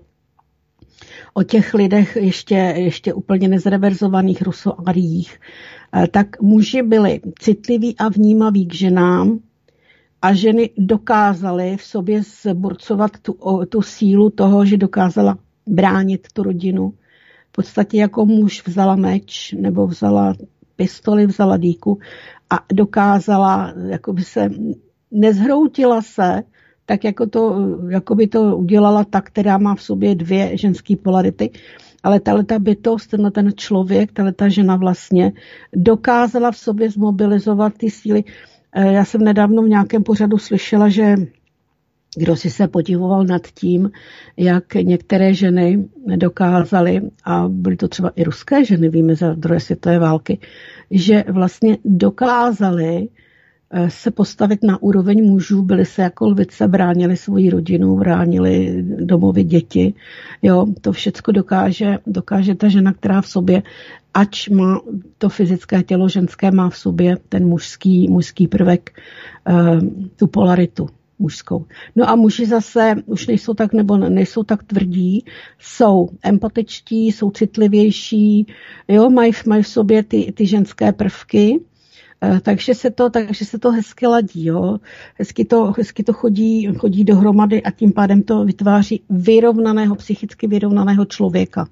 Speaker 4: o těch lidech ještě, ještě úplně nezreverzovaných rusoariích, tak muži byli citliví a vnímaví k ženám a ženy dokázaly v sobě zburcovat tu, tu sílu toho, že dokázala bránit tu rodinu. V podstatě jako muž vzala meč nebo vzala pistoli, vzala dýku a dokázala, jako by se nezhroutila se, tak jako, to, jako by to udělala ta, která má v sobě dvě ženské polarity, ale tahleta bytost, tenhle ten člověk, tahleta žena vlastně dokázala v sobě zmobilizovat ty síly. Já jsem nedávno v nějakém pořadu slyšela, že kdo si se podivoval nad tím, jak některé ženy dokázaly, a byly to třeba i ruské ženy, víme za druhé světové války, že vlastně dokázaly se postavit na úroveň mužů, byli se jako lvice, bránili svoji rodinu, bránili domovy, děti. Jo, to všecko dokáže, dokáže ta žena, která v sobě, ač má to fyzické tělo ženské, má v sobě ten mužský, mužský prvek, tu polaritu mužskou. No a muži zase už nejsou tak, nebo nejsou tak tvrdí, jsou empatičtí, jsou citlivější, jo, mají, mají v sobě ty, ty ženské prvky, takže se to, takže se to hezky ladí, jo. Hezky to, hezky to chodí, chodí dohromady a tím pádem to vytváří vyrovnaného, psychicky vyrovnaného člověka.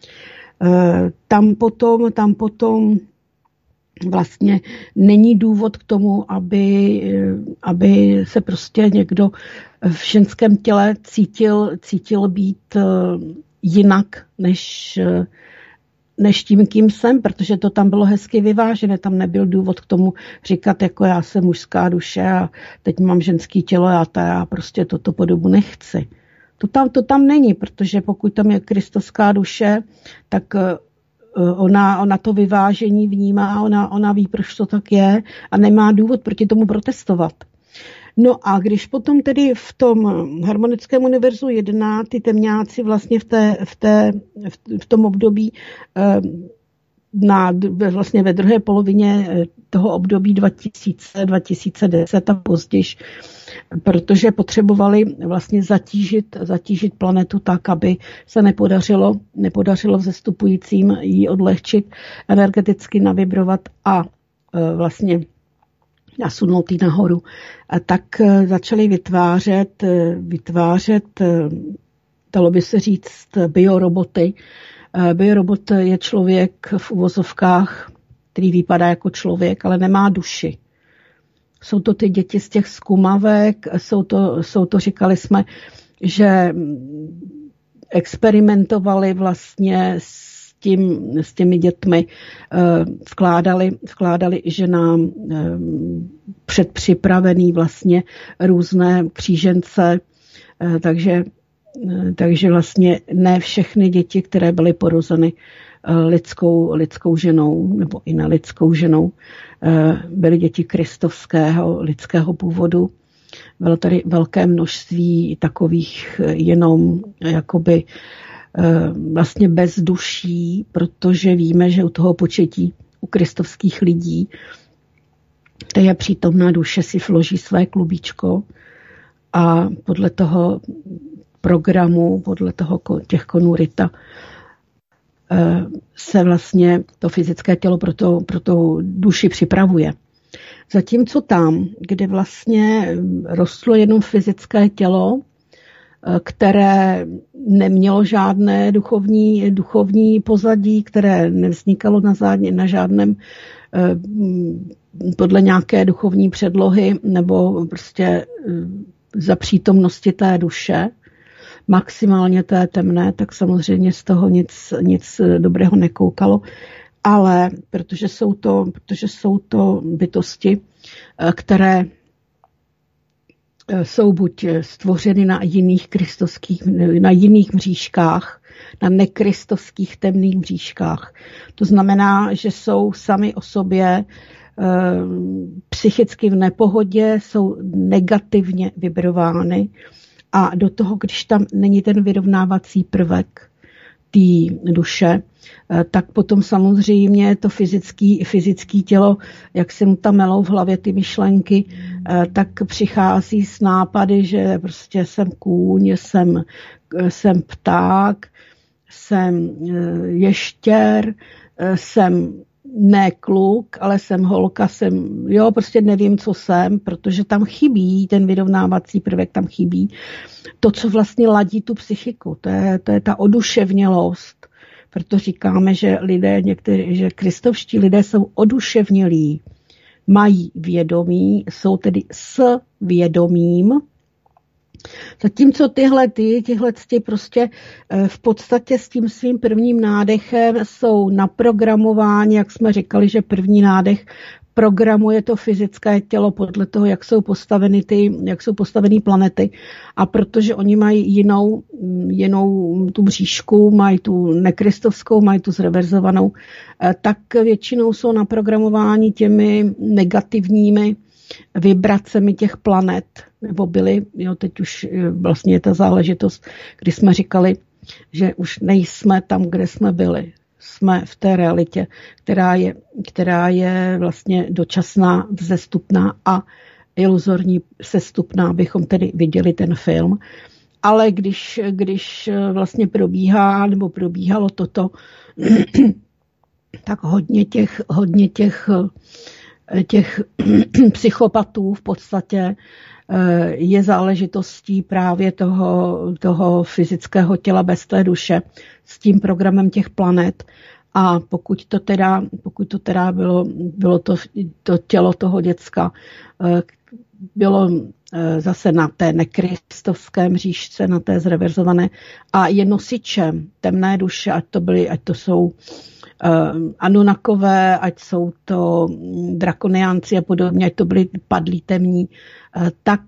Speaker 4: Tam potom, tam potom vlastně není důvod k tomu, aby, aby se prostě někdo v ženském těle cítil, cítil být jinak, než než tím, kým jsem, protože to tam bylo hezky vyvážené, tam nebyl důvod k tomu říkat, jako já jsem mužská duše a teď mám ženský tělo, já, ta, já prostě toto podobu nechci. To tam, to tam není, protože pokud tam je kristovská duše, tak ona, ona to vyvážení vnímá, ona, ona ví, proč to tak je a nemá důvod proti tomu protestovat. No a když potom tedy v tom harmonickém univerzu jedna ty temňáci vlastně v, té, v, té, v tom období na, vlastně ve druhé polovině toho období dva tisíce, dva tisíce deset a později, protože potřebovali vlastně zatížit, zatížit planetu tak, aby se nepodařilo, nepodařilo vzestupujícím ji odlehčit, energeticky navibrovat a vlastně nasunout ji nahoru. A tak začali vytvářet, vytvářet, dalo by se říct, bioroboty. Biorobot je člověk v uvozovkách, který vypadá jako člověk, ale nemá duši. Jsou to ty děti z těch zkumavek, jsou to, jsou to říkali jsme, že experimentovali vlastně s, tím, s těmi dětmi, vkládali, vkládali ženám předpřipravený vlastně různé křížence, takže, takže vlastně ne všechny děti, které byly porozeny lidskou, lidskou ženou nebo i nelidskou ženou, byly děti kristovského lidského původu. Bylo tady velké množství takových jenom jakoby vlastně bez duší, protože víme, že u toho početí u kristovských lidí, kde je přítomná duše, si vloží své klubíčko a podle toho programu, podle toho těch konů Rita se vlastně to fyzické tělo pro, to, pro tu duši připravuje. Zatímco tam, kde vlastně rostlo jenom fyzické tělo, které nemělo žádné duchovní, duchovní pozadí, které nevznikalo na, zádně, na žádném podle nějaké duchovní předlohy nebo prostě za přítomnosti té duše, maximálně té temné, tak samozřejmě z toho nic, nic dobrého nekoukalo. Ale protože jsou to, protože jsou to bytosti, které jsou buď stvořeny na jiných kristovských, na jiných mřížkách, na nekristovských temných mřížkách. To znamená, že jsou sami o sobě psychicky v nepohodě, jsou negativně vibrovány a do toho, když tam není ten vyrovnávací prvek té duše, tak potom samozřejmě to fyzický, fyzický tělo, jak se mu tam melou v hlavě ty myšlenky, tak přichází s nápady, že prostě jsem kůň, jsem, jsem pták, jsem ještěr, jsem ne kluk, ale jsem holka, jsem, jo, prostě nevím, co jsem, protože tam chybí, ten vyrovnávací prvek tam chybí. To, co vlastně ladí tu psychiku, to je, to je ta oduševnělost. Proto říkáme, že lidé, někteří, že kristovští lidé jsou oduševnělí, mají vědomí, jsou tedy s vědomím. Zatímco tyhle ty, tyhle ty prostě v podstatě s tím svým prvním nádechem jsou naprogramováni, jak jsme říkali, že první nádech programuje to fyzické tělo podle toho, jak jsou postaveny ty, jak jsou postaveny planety. A protože oni mají jinou, jinou tu bříšku, mají tu nekristovskou, mají tu zreverzovanou, tak většinou jsou naprogramováni těmi negativními vibracemi těch planet, nebo byly, jo, teď už vlastně je ta záležitost, kdy jsme říkali, že už nejsme tam, kde jsme byli. Jsme v té realitě, která je, která je vlastně dočasná, vzestupná a iluzorní sestupná, abychom tedy viděli ten film. Ale když, když vlastně probíhá, nebo probíhalo toto, tak hodně těch, hodně těch, těch psychopatů v podstatě je záležitostí právě toho, toho fyzického těla bez té duše s tím programem těch planet. A pokud to teda, pokud to teda bylo, bylo to, to tělo toho děcka, bylo zase na té nekristovské mřížce, na té zreverzované a je nosičem temné duše, ať to byly, ať to jsou Anunnakové, ať jsou to drakoniánci a podobně, ať to byli padlí temní, tak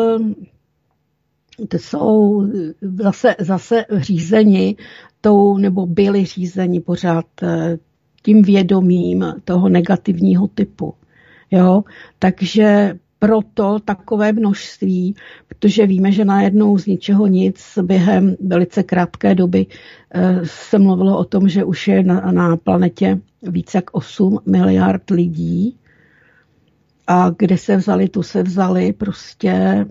Speaker 4: to jsou zase, zase řízeni tou, nebo byli řízeni pořád tím vědomím toho negativního typu. Jo? Takže proto takové množství, protože víme, že najednou z ničeho nic během velice krátké doby se mluvilo o tom, že už je na, na planetě více jak osm miliard lidí. A kde se vzali, tu se vzali, prostě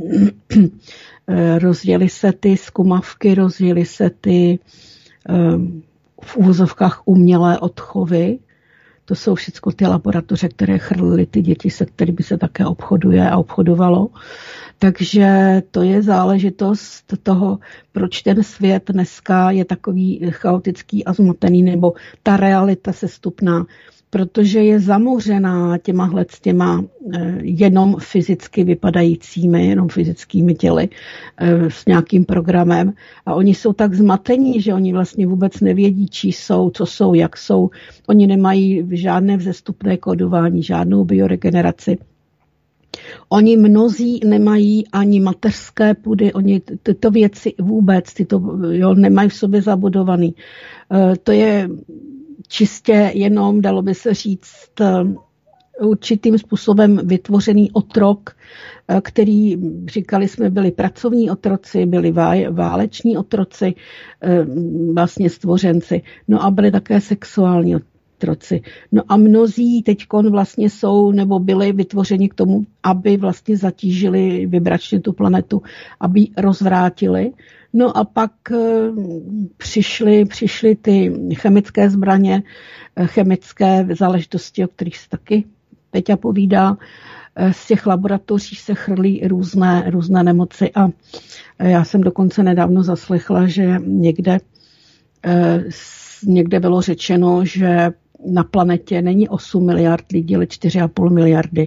Speaker 4: rozjeli se ty zkumavky, rozjeli se ty v úvozovkách umělé odchovy. To jsou všechno ty laboratoře, které chrlily ty děti, se kterými se také obchoduje a obchodovalo. Takže to je záležitost toho, proč ten svět dneska je takový chaotický a zmatený, nebo ta realita sestupná, protože je zamořená těmahle s těma jenom fyzicky vypadajícími, jenom fyzickými těly s nějakým programem. A oni jsou tak zmatení, že oni vlastně vůbec nevědí, čí jsou, co jsou, jak jsou. Oni nemají žádné vzestupné kódování, žádnou bioregeneraci. Oni mnozí nemají ani mateřské půdy, oni tyto věci vůbec tyto, jo, nemají v sobě zabudovaný. To je čistě jenom, dalo by se říct, určitým způsobem vytvořený otrok, který, říkali jsme, byli pracovní otroci, byli váleční otroci, vlastně stvořenci, no a byli také sexuální otroci. No a mnozí teďkon vlastně jsou, nebo byli vytvořeni k tomu, aby vlastně zatížili vibračně tu planetu, aby ji rozvrátili. No a pak přišly, přišly ty chemické zbraně, chemické záležitosti, o kterých se taky Peťa povídá. Z těch laboratoří se chrlí různé, různé nemoci a já jsem dokonce nedávno zaslechla, že někde, někde bylo řečeno, že na planetě není osm miliard lidí, ale čtyři a půl miliardy.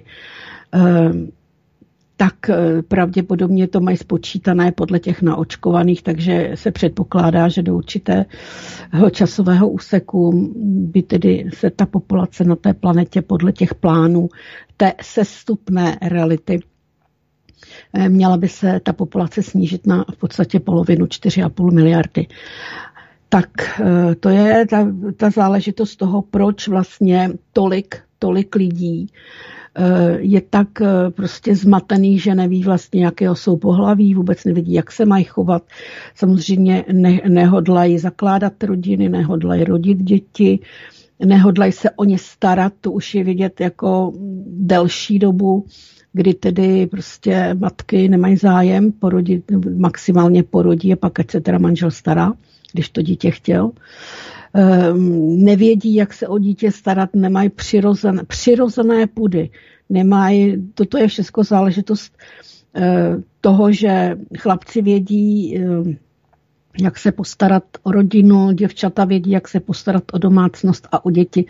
Speaker 4: Tak pravděpodobně to mají spočítané podle těch naočkovaných, takže se předpokládá, že do určitého časového úseku by tedy se ta populace na té planetě podle těch plánů té sestupné reality měla by se ta populace snížit na v podstatě polovinu, čtyři a půl miliardy. Tak to je ta, ta záležitost toho, proč vlastně tolik, tolik lidí je tak prostě zmatený, že neví vlastně, jakého jsou pohlaví, vůbec nevidí, jak se mají chovat. Samozřejmě ne, nehodlají zakládat rodiny, nehodlají rodit děti, nehodlají se o ně starat, to už je vidět jako delší dobu, kdy tedy prostě matky nemají zájem porodit, maximálně porodí a pak ať se teda manžel stará, když to dítě chtěl. Nevědí, jak se o dítě starat, nemají přirozené, přirozené pudy. Nemají, toto je všechno záležitost toho, že chlapci vědí, jak se postarat o rodinu, děvčata vědí, jak se postarat o domácnost a o děti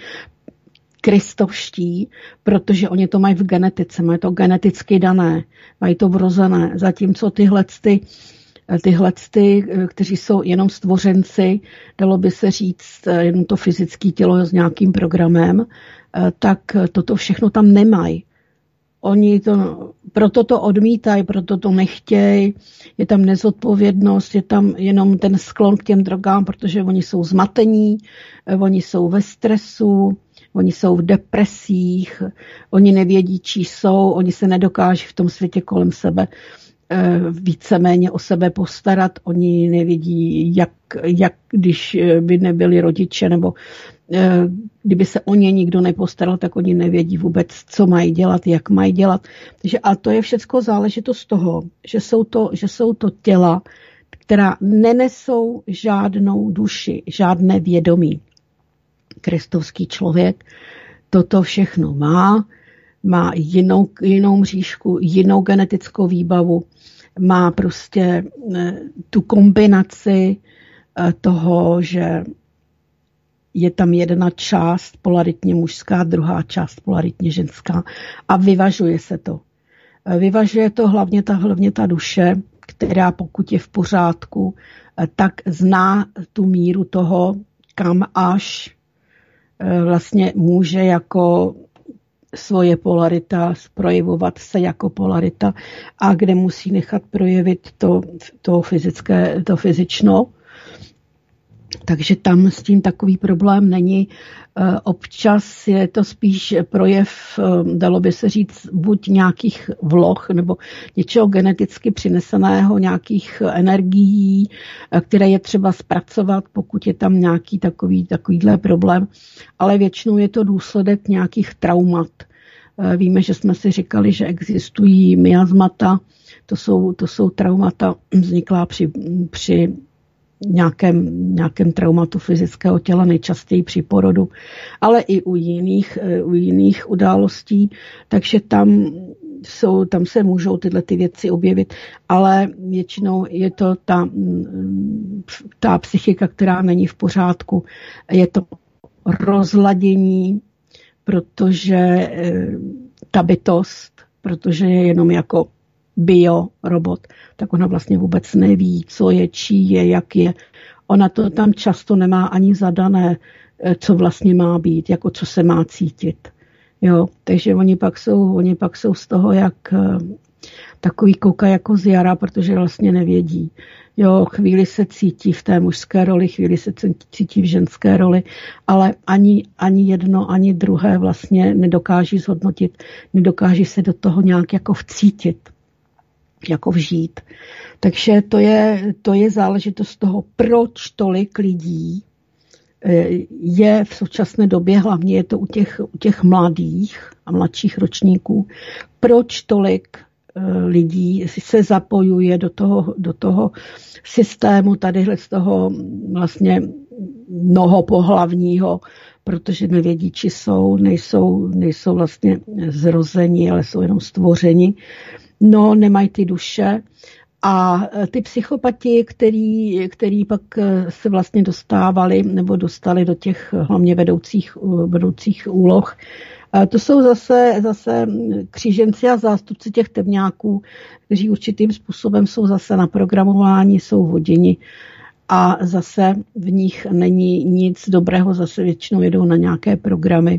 Speaker 4: kristovští, protože oni to mají v genetice, mají to geneticky dané, mají to vrozené, zatímco tyhle ty Tyhle, ty, kteří jsou jenom stvořenci, dalo by se říct, jenom to fyzické tělo s nějakým programem, tak toto všechno tam nemají. Oni to, proto to odmítají, proto to nechtějí, je tam nezodpovědnost, je tam jenom ten sklon k těm drogám, protože oni jsou zmatení, oni jsou ve stresu, oni jsou v depresích, oni nevědí, čí jsou, oni se nedokáží v tom světě kolem sebe víceméně o sebe postarat. Oni nevědí, jak, jak když by nebyli rodiče, nebo kdyby se o ně nikdo nepostaral, tak oni nevědí vůbec, co mají dělat, jak mají dělat. Takže, a to je všechno záležitost toho, že jsou to, že jsou to těla, která nenesou žádnou duši, žádné vědomí. Kristovský člověk toto všechno má, má jinou, jinou mřížku, jinou genetickou výbavu, má prostě tu kombinaci toho, že je tam jedna část polaritně mužská, druhá část polaritně ženská a vyvažuje se to. Vyvažuje to hlavně ta, hlavně ta duše, která pokud je v pořádku, tak zná tu míru toho, kam až vlastně může jako svoje polarita projevovat se jako polarita a kde musí nechat projevit to, to fyzické, to fyzično. Takže tam s tím takový problém není. Občas je to spíš projev, dalo by se říct, buď nějakých vloh nebo něčeho geneticky přineseného, nějakých energií, které je třeba zpracovat, pokud je tam nějaký takový, takovýhle problém. Ale většinou je to důsledek nějakých traumat. Víme, že jsme si říkali, že existují miasmata, to jsou, to jsou traumata vzniklá při, při nějakém, nějakém traumatu fyzického těla, nejčastěji při porodu, ale i u jiných, u jiných událostí, takže tam, jsou, tam se můžou tyhle ty věci objevit, ale většinou je to ta, ta psychika, která není v pořádku, je to rozladění, protože ta bytost, protože je jenom jako biorobot, tak ona vlastně vůbec neví, co je, čí je, jak je. Ona to tam často nemá ani zadané, co vlastně má být, jako co se má cítit. Jo, takže oni pak jsou, oni pak jsou z toho jak takový kouka jako z jara, protože vlastně nevědí. Jo, chvíli se cítí v té mužské roli, chvíli se cítí v ženské roli, ale ani, ani jedno, ani druhé vlastně nedokáží zhodnotit, nedokáží se do toho nějak jako vcítit, jako vžít. Takže to je, to je záležitost toho, proč tolik lidí je v současné době, hlavně je to u těch, u těch mladých a mladších ročníků, proč tolik lidí se zapojuje do toho, do toho systému tadyhle z toho vlastně mnohopohlavního, protože nevědí, či jsou, nejsou, nejsou vlastně zrozeni, ale jsou jenom stvořeni. No, nemají ty duše. A ty psychopati, který, který pak se vlastně dostávali nebo dostali do těch hlavně vedoucích, vedoucích úloh, to jsou zase, zase kříženci a zástupci těch temňáků, kteří určitým způsobem jsou zase naprogramováni, jsou voděni a zase v nich není nic dobrého, zase většinou jedou na nějaké programy,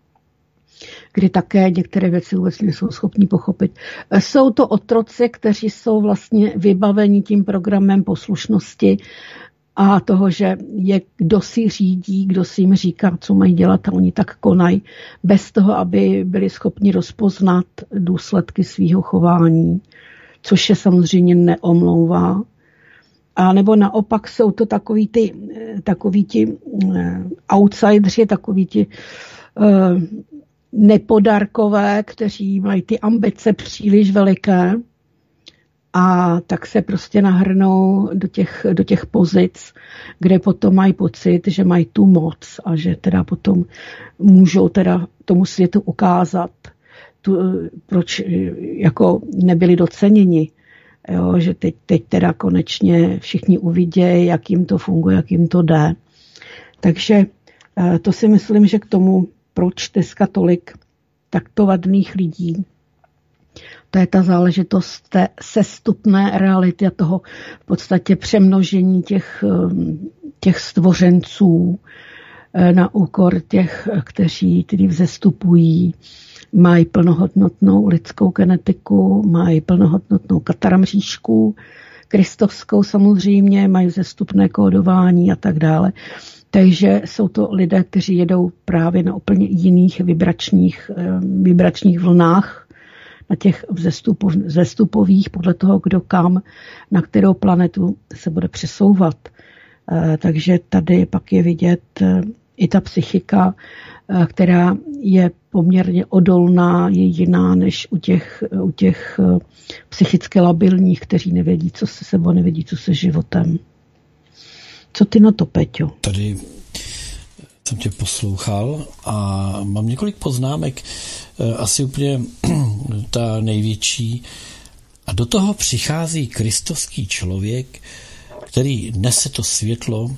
Speaker 4: kdy také některé věci vůbec nejsou schopni pochopit. Jsou to otroci, kteří jsou vlastně vybaveni tím programem poslušnosti a toho, že je, kdo si řídí, kdo si jim říká, co mají dělat a oni tak konají, bez toho, aby byli schopni rozpoznat důsledky svého chování, což je samozřejmě neomlouvá. A nebo naopak jsou to takový ty, takový ti outsideri, takový ti uh, nepodarkové, kteří mají ty ambice příliš veliké a tak se prostě nahrnou do těch, do těch pozic, kde potom mají pocit, že mají tu moc a že teda potom můžou teda tomu světu ukázat, tu, proč jako nebyli doceněni. Jo, že teď, teď teda konečně všichni uvidějí, jak jim to funguje, jak jim to jde. Takže to si myslím, že k tomu, proč dneska tolik takto vadných lidí, to je ta záležitost té sestupné reality a toho v podstatě přemnožení těch, těch stvořenců na úkor těch, kteří tedy vzestupují, mají plnohodnotnou lidskou genetiku, mají plnohodnotnou kataramříšku, kristovskou samozřejmě, mají vzestupné kódování a tak dále. Takže jsou to lidé, kteří jedou právě na úplně jiných vibračních, vibračních vlnách, na těch vzestupu, vzestupových, podle toho, kdo kam, na kterou planetu se bude přesouvat. Takže tady pak je vidět i ta psychika, která je poměrně odolná, je jiná než u těch, u těch psychicky labilních, kteří nevědí, co se sebou, nevědí, co se životem. Co ty na to, Peťo?
Speaker 3: Tady jsem tě poslouchal a mám několik poznámek, asi úplně ta největší. A do toho přichází kristovský člověk, který nese to světlo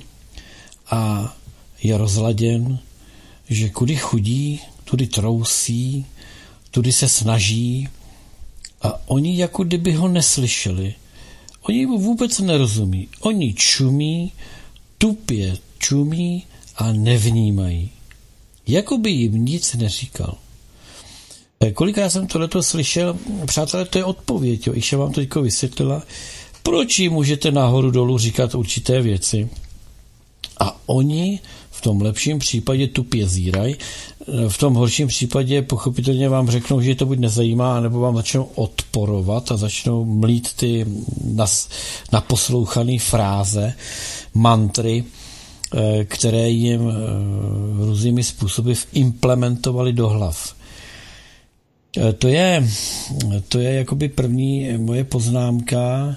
Speaker 3: a je rozladěn, že kudy chudí, tudy trousí, tudy se snaží a oni jako kdyby ho neslyšeli. Oni mu vůbec nerozumí. Oni čumí, tupě čumí a nevnímají. jako by jim nic neříkal. Kolikrát jsem tohleto slyšel, přátelé, to je odpověď, jo, Iša vám to teďko vysvětlila, proč jim můžete nahoru dolů říkat určité věci a oni v tom lepším případě tupě zírají, v tom horším případě pochopitelně vám řeknou, že je to buď nezajímá, nebo vám začnou odporovat a začnou mlít ty nas, naposlouchané fráze, mantry, které jim různými způsoby implementovali do hlav. To je, to je jakoby první moje poznámka.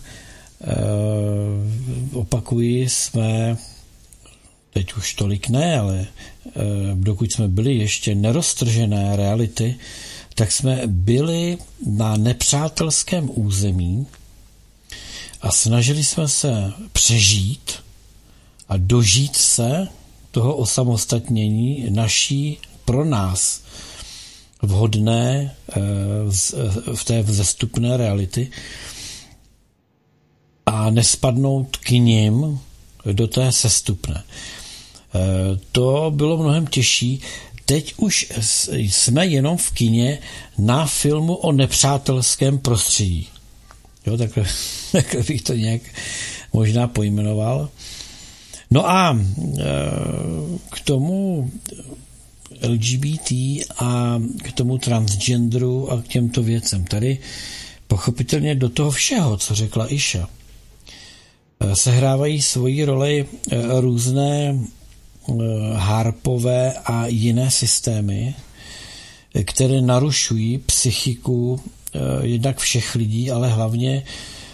Speaker 3: Opakuji, jsme teď už tolik ne, ale dokud jsme byli ještě neroztržené reality, tak jsme byli na nepřátelském území a snažili jsme se přežít a dožít se toho osamostatnění naší pro nás vhodné v té vzestupné reality a nespadnout k nim do té sestupné. To bylo mnohem těžší. Teď už jsme jenom v kině na filmu o nepřátelském prostředí. Jo, takhle, takhle bych to nějak možná pojmenoval. No a k tomu L G B T a k tomu transgenderu a k těmto věcem. Tady pochopitelně do toho všeho, co řekla Iša, sehrávají svoji roli různé harpové a jiné systémy, které narušují psychiku jednak všech lidí, ale hlavně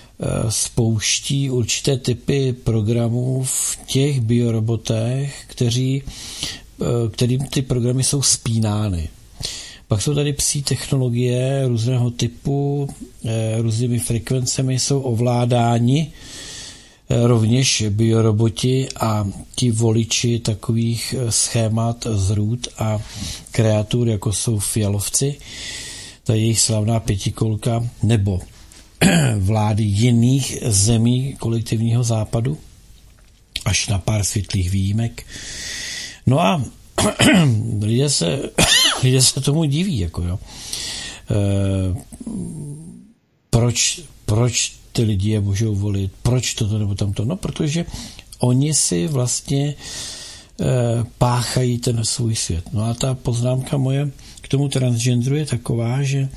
Speaker 3: spouští určité typy programů v těch biorobotech, kteří, kterým ty programy jsou spínány. Pak jsou tady psí technologie různého typu, různými frekvencemi jsou ovládáni rovněž bioroboti a ti voliči takových schémat zrůd a kreatur, jako jsou fialovci, ta jejich slavná pětikolka, nebo vlády jiných zemí kolektivního západu, až na pár světlých výjimek. No a lidé se, lidé se tomu diví, jako jo. E, proč, proč ty lidi je můžou volit, proč toto nebo tamto? No, protože oni si vlastně e, páchají ten svůj svět. No a ta poznámka moje k tomu transgenderu je taková, že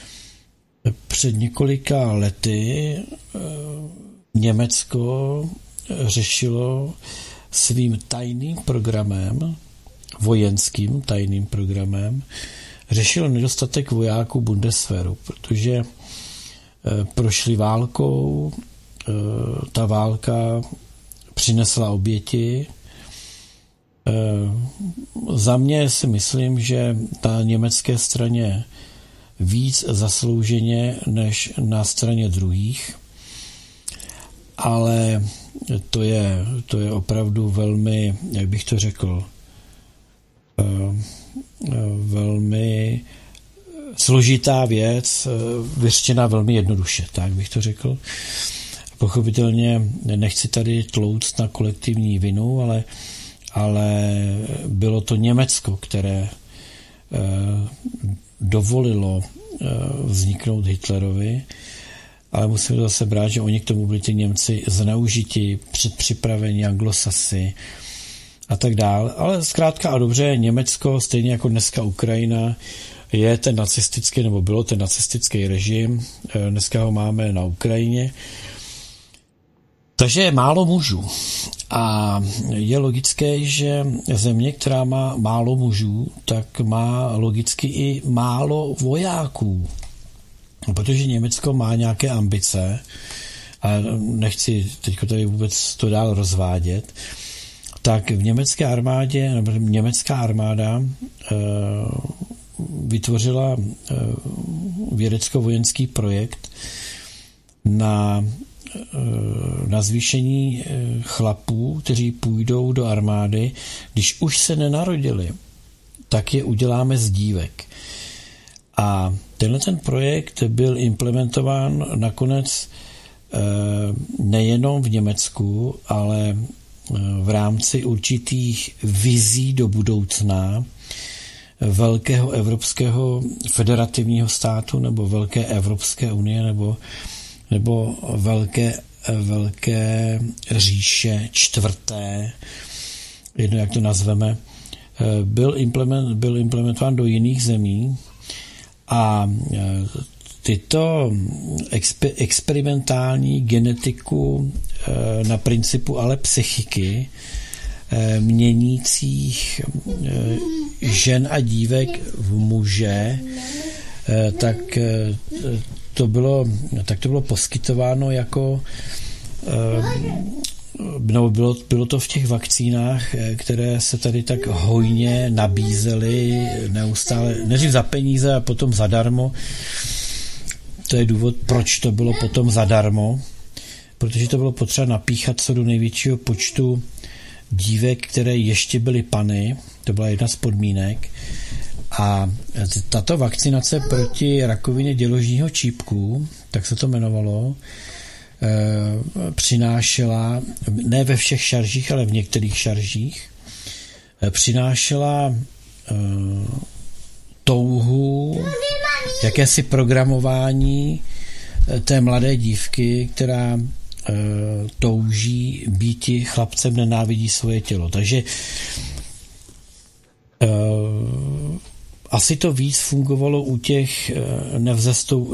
Speaker 3: před několika lety e, Německo řešilo svým tajným programem, vojenským tajným programem, řešilo nedostatek vojáků Bundeswehru, protože e, prošli válkou, e, ta válka přinesla oběti. E, za mě si myslím, že na německé straně víc zaslouženě než na straně druhých, ale to je, to je opravdu velmi, jak bych to řekl, velmi složitá věc, vyřčená velmi jednoduše, tak bych to řekl. Pochopitelně nechci tady tlouct na kolektivní vinu, ale, ale bylo to Německo, které dovolilo vzniknout Hitlerovi, ale musím zase brát, že oni k tomu byli ty Němci zneužiti, předpřipraveni, anglosasy a tak dále. Ale zkrátka a dobře, Německo, stejně jako dneska Ukrajina, je ten nacistický, nebo bylo ten nacistický režim, dneska ho máme na Ukrajině. Takže je málo mužů. A je logické, že země, která má málo mužů, tak má logicky i málo vojáků. Protože Německo má nějaké ambice, a nechci teď tady vůbec to dál rozvádět, tak v německé armádě, nebo německá armáda e, vytvořila e, vědecko-vojenský projekt na, e, na zvýšení chlapů, kteří půjdou do armády, když už se nenarodili, tak je uděláme z dívek. A tenhle ten projekt byl implementován nakonec nejenom v Německu, ale v rámci určitých vizí do budoucna velkého evropského federativního státu nebo velké Evropské unie nebo, nebo velké, velké říše čtvrté, jedno jak to nazveme, byl, implement, byl implementován do jiných zemí a tyto exper, experimentální genetiku na principu ale psychiky měnících žen a dívek v muže, tak to bylo, tak to bylo poskytováno jako no, bylo, bylo to v těch vakcínách, které se tady tak hojně nabízely neustále, nejdřív za peníze a potom zadarmo. To je důvod, proč to bylo potom zadarmo, protože to bylo potřeba napíchat co do největšího počtu dívek, které ještě byly pany, to byla jedna z podmínek, a tato vakcinace proti rakovině děložního čípku, tak se to jmenovalo, e, přinášela, ne ve všech šaržích, ale v některých šaržích, e, přinášela e, touhu, jakési programování té mladé dívky, která touží býti chlapcem, nenávidí svoje tělo. Takže uh, asi to víc fungovalo u těch nevzestup,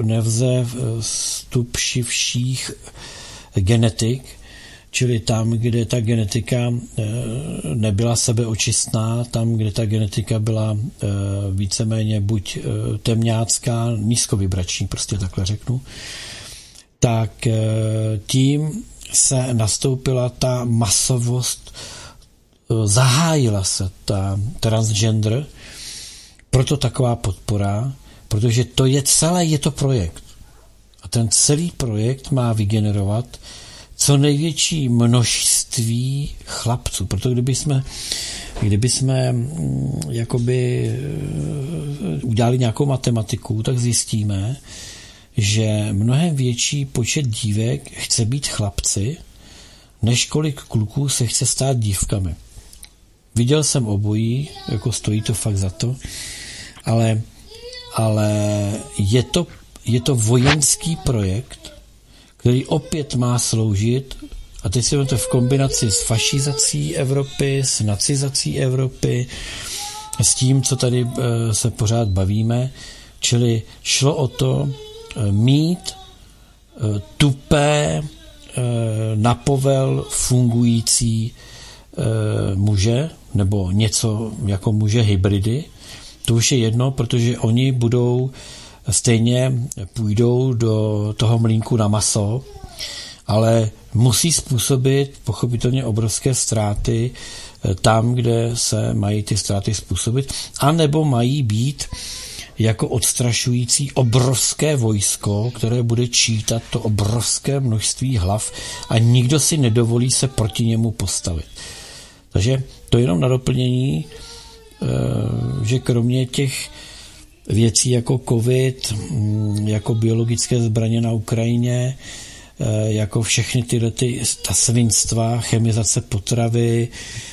Speaker 3: nevzestupšivších genetik, čili tam, kde ta genetika nebyla sebeočistná, tam, kde ta genetika byla víceméně buď temňácká, nízkovibrační, prostě takhle řeknu, tak tím se nastoupila ta masovost, zahájila se ta transgender, proto taková podpora, protože to je celé, je to projekt. A ten celý projekt má vygenerovat co největší množství chlapců. Proto kdyby jsme, kdyby jsme jakoby udělali nějakou matematiku, tak zjistíme, že mnohem větší počet dívek chce být chlapci, než kolik kluků se chce stát dívkami. Viděl jsem obojí, jako stojí to fakt za to, ale, ale je to, je to vojenský projekt, který opět má sloužit, a teď si to v kombinaci s fašizací Evropy, s nacizací Evropy, s tím, co tady se pořád bavíme, čili šlo o to mít tupé, napovel fungující muže, nebo něco jako muže hybridy. To už je jedno, protože oni budou stejně půjdou do toho mlýnku na maso, ale musí způsobit pochopitelně obrovské ztráty tam, kde se mají ty ztráty způsobit, anebo mají být jako odstrašující obrovské vojsko, které bude čítat to obrovské množství hlav a nikdo si nedovolí se proti němu postavit. Takže to jenom na doplnění, že kromě těch věcí jako covid, jako biologické zbraně na Ukrajině, jako všechny tyhle ty, ta svinstva, chemizace potravy,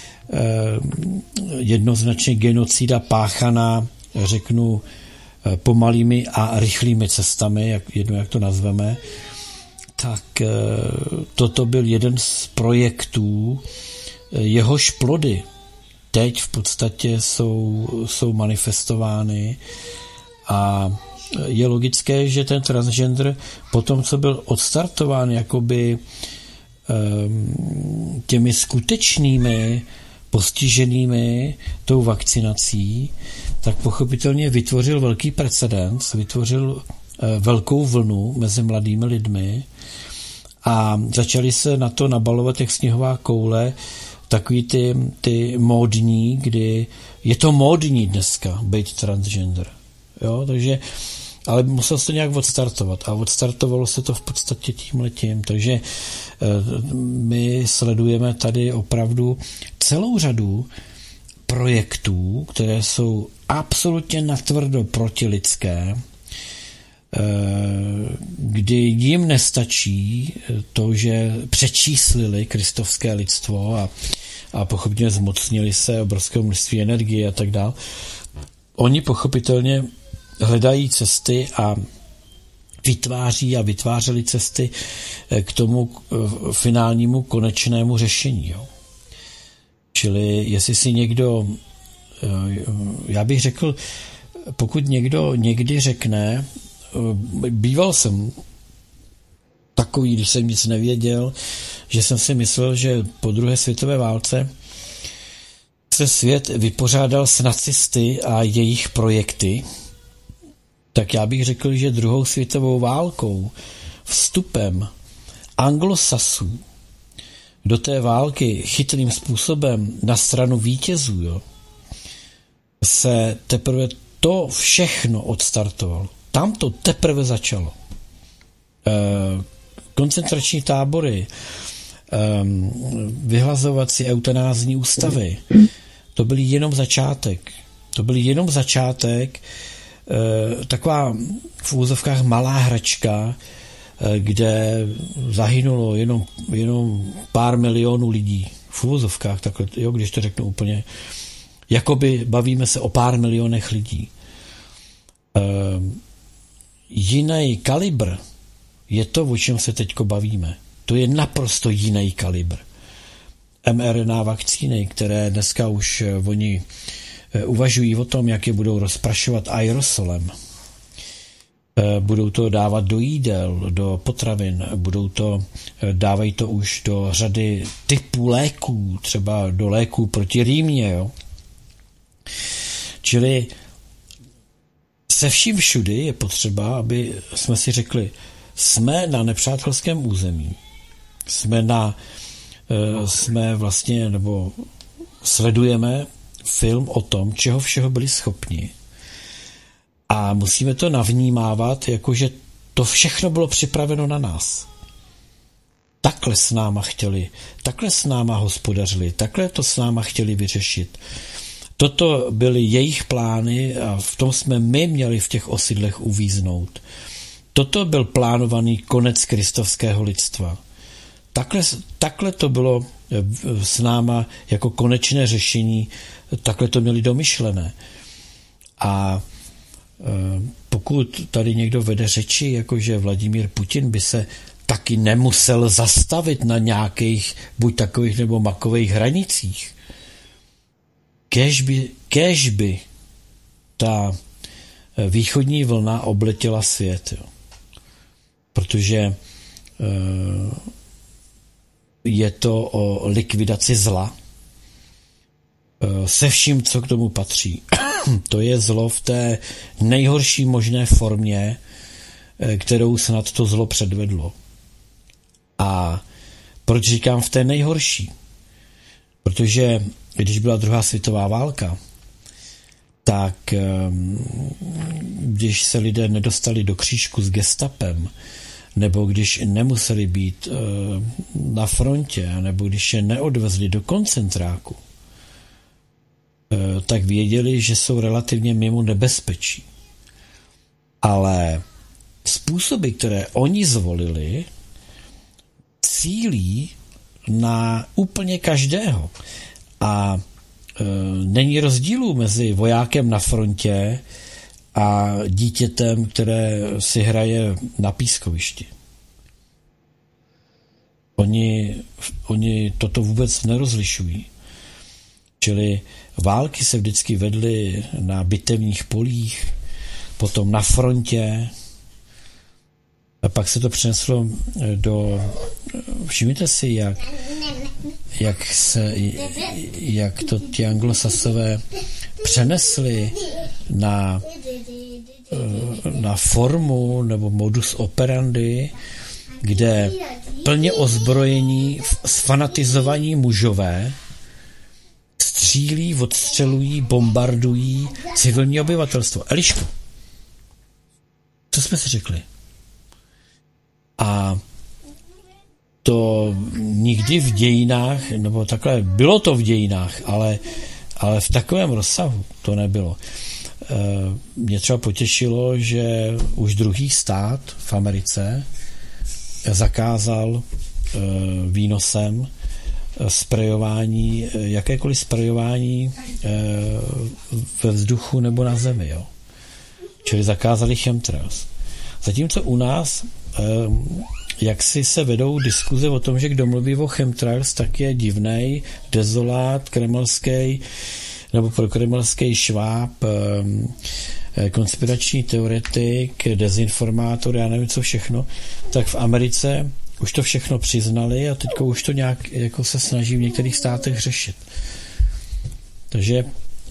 Speaker 3: jednoznačně genocida páchaná, řeknu, pomalými a rychlými cestami, jak, jedno jak to nazveme, tak toto byl jeden z projektů, jehož plody teď v podstatě jsou, jsou manifestovány a je logické, že ten transgender po tom, co byl odstartován jakoby těmi skutečnými postiženými tou vakcinací, tak pochopitelně vytvořil velký precedens, vytvořil velkou vlnu mezi mladými lidmi a začali se na to nabalovat jak sněhová koule takový ty, ty módní, kdy je to módní dneska být transgender. Jo, takže, ale musel se to nějak odstartovat a odstartovalo se to v podstatě tímhletím, takže my sledujeme tady opravdu celou řadu projektů, které jsou absolutně natvrdo protilidské, kdy jim nestačí to, že přečíslili kristovské lidstvo a, a pochopně zmocnili se obrovského množství energie a tak dále, oni pochopitelně hledají cesty a vytváří a vytvářeli cesty k tomu finálnímu konečnému řešení. Jo. Čili jestli si někdo, já bych řekl, pokud někdo někdy řekne, býval jsem takový, když jsem nic nevěděl, že jsem si myslel, že po druhé světové válce se svět vypořádal s nacisty a jejich projekty, tak já bych řekl, že druhou světovou válkou, vstupem anglosasů do té války chytrým způsobem na stranu vítězů, jo, se teprve to všechno odstartovalo. Tam to teprve začalo. E, koncentrační tábory, e, vyhlazovací eutanázní ústavy, to byl jenom začátek. To byl jenom začátek, e, taková v úzovkách malá hračka, e, kde zahynulo jenom, jenom pár milionů lidí. V úzovkách, takhle, jo, když to řeknu úplně, jakoby bavíme se o pár milionech lidí. E, jiný kalibr je to, o čem se teďko bavíme. To je naprosto jiný kalibr. em er en á vakcíny, které dneska už oni uvažují o tom, jak je budou rozprašovat aerosolem. Budou to dávat do jídel, do potravin, budou to, dávají to už do řady typů léků, třeba do léků proti rýmě. Jo? Čili se vším všudy je potřeba, aby jsme si řekli, jsme na nepřátelském území, jsme na jsme vlastně, nebo sledujeme film o tom, čeho všeho byli schopni. A musíme to navnímávat, jakože to všechno bylo připraveno na nás. Takhle s náma chtěli, takhle s náma hospodařili, takhle to s náma chtěli vyřešit. Toto byly jejich plány a v tom jsme my měli v těch osídlech uvíznout. Toto byl plánovaný konec kristovského lidstva. Takhle, takhle to bylo s náma jako konečné řešení, takhle to měli domyšlené. A pokud tady někdo vede řeči, jakože Vladimír Putin by se taky nemusel zastavit na nějakých buď takových nebo makových hranicích, kéž by, kéž by ta východní vlna obletěla svět. Jo. Protože je to o likvidaci zla se vším, co k tomu patří. To je zlo v té nejhorší možné formě, kterou snad to zlo předvedlo. A proč říkám v té nejhorší? Protože když byla druhá světová válka, tak když se lidé nedostali do křížku s gestapem, nebo když nemuseli být na frontě, nebo když je neodvezli do koncentráku, tak věděli, že jsou relativně mimo nebezpečí. Ale způsoby, které oni zvolili, cílí na úplně každého. A e, není rozdílu mezi vojákem na frontě a dítětem, které si hraje na pískovišti. Oni, oni toto vůbec nerozlišují. Čili války se vždycky vedly na bitevních polích, potom na frontě, a pak se to přeneslo do... Všimněte si, jak, jak, se, jak to ti anglosasové přenesli na, na formu nebo modus operandi, kde plně ozbrojení, sfanatizovaní mužové střílí, odstřelují, bombardují civilní obyvatelstvo. Eliško, co jsme si řekli? A to nikdy v dějinách, nebo takhle, bylo to v dějinách, ale, ale v takovém rozsahu to nebylo. Mě třeba potěšilo, že už druhý stát v Americe zakázal výnosem sprejování, jakékoliv sprejování ve vzduchu nebo na zemi. Jo. Čili zakázali chemtrails. Zatímco u nás jak si se vedou diskuze o tom, že kdo mluví o chemtrails, tak je divnej, dezolát, kremelský nebo prokremelský šváb, konspirační teoretik, dezinformátor, já nevím co všechno, tak v Americe už to všechno přiznali a teďko už to nějak jako se snaží v některých státech řešit. Takže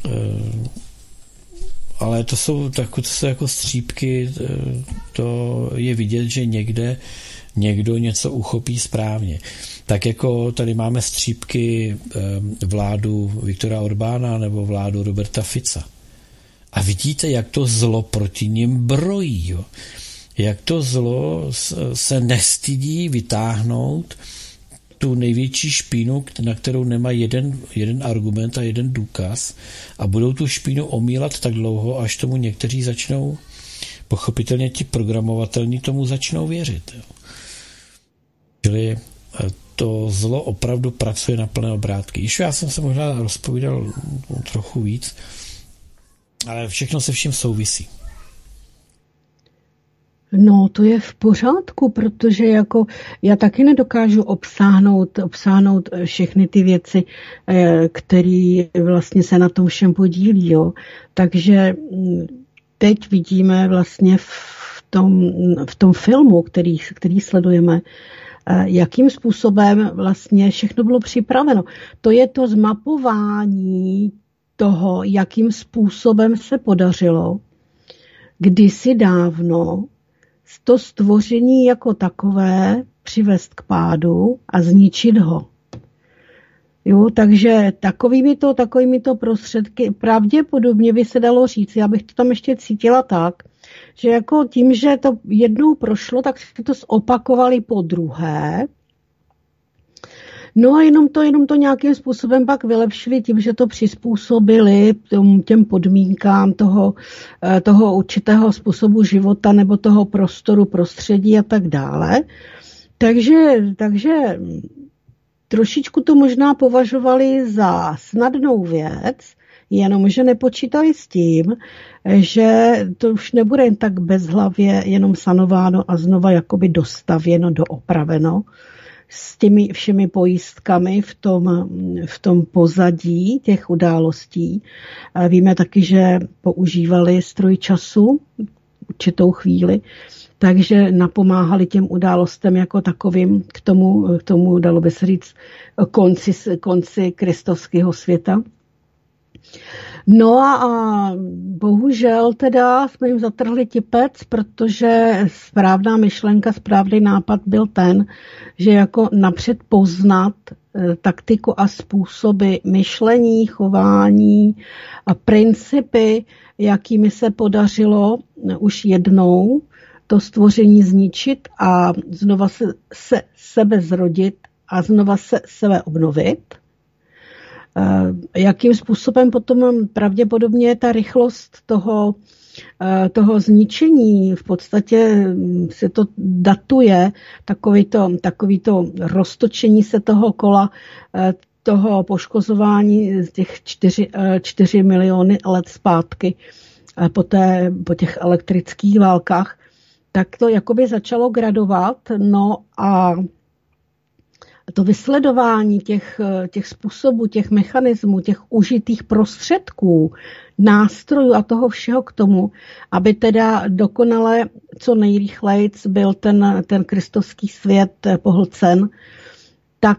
Speaker 3: ale to jsou, tak, to jsou jako střípky, to je vidět, že někde někdo něco uchopí správně. Tak jako tady máme střípky vládu Viktora Orbána nebo vládu Roberta Fica. A vidíte, jak to zlo proti nim brojí. Jo? Jak to zlo se nestydí vytáhnout tu největší špínu, na kterou nemá jeden, jeden argument a jeden důkaz a budou tu špínu omílat tak dlouho, až tomu někteří začnou, pochopitelně ti programovatelní tomu začnou věřit. Jo? Čili to zlo opravdu pracuje na plné obrátky. Ještě já jsem se možná rozpovídal trochu víc, ale všechno se vším souvisí.
Speaker 4: No, to je v pořádku, protože jako já taky nedokážu obsáhnout, obsáhnout všechny ty věci, které vlastně se na tom všem podílí. Jo. Takže teď vidíme vlastně v tom, v tom filmu, který, který sledujeme, jakým způsobem vlastně všechno bylo připraveno. To je to zmapování toho, jakým způsobem se podařilo kdysi dávno to stvoření jako takové přivést k pádu a zničit ho. Jo, takže takovými to, takovými to prostředky pravděpodobně by se dalo říct, já bych to tam ještě cítila tak, že jako tím, že to jednou prošlo, tak si to zopakovali po druhé. No a jenom to, jenom to nějakým způsobem pak vylepšili tím, že to přizpůsobili těm podmínkám toho, toho určitého způsobu života nebo toho prostoru, prostředí a tak dále. Takže, takže trošičku to možná považovali za snadnou věc, jenomže nepočítali s tím, že to už nebude jen tak bezhlavě jenom sanováno a znova jakoby dostavěno, doopraveno s těmi všemi pojistkami v tom, v tom pozadí těch událostí. Víme taky, že používali stroj času určitou chvíli, takže napomáhali těm událostem jako takovým k tomu, k tomu dalo by se říct, konci, konci kristovského světa. No a, a bohužel teda jsme jim zatrhli tipec, protože správná myšlenka, správný nápad byl ten, že jako napřed poznat e, taktiku a způsoby myšlení, chování a principy, jakými se podařilo už jednou to stvoření zničit a znova se, se sebe zrodit a znova se sebe obnovit. Jakým způsobem potom pravděpodobně ta rychlost toho, toho zničení, v podstatě se to datuje, takovýto, takovýto roztočení se toho kola, toho poškozování z těch čtyři, čtyři miliony let zpátky po, té, po těch elektrických válkách, tak to jakoby začalo gradovat, no a to vysledování těch, těch způsobů, těch mechanismů, těch užitých prostředků, nástrojů a toho všeho k tomu, aby teda dokonale co nejrychleji byl ten, ten kristovský svět pohlcen, tak,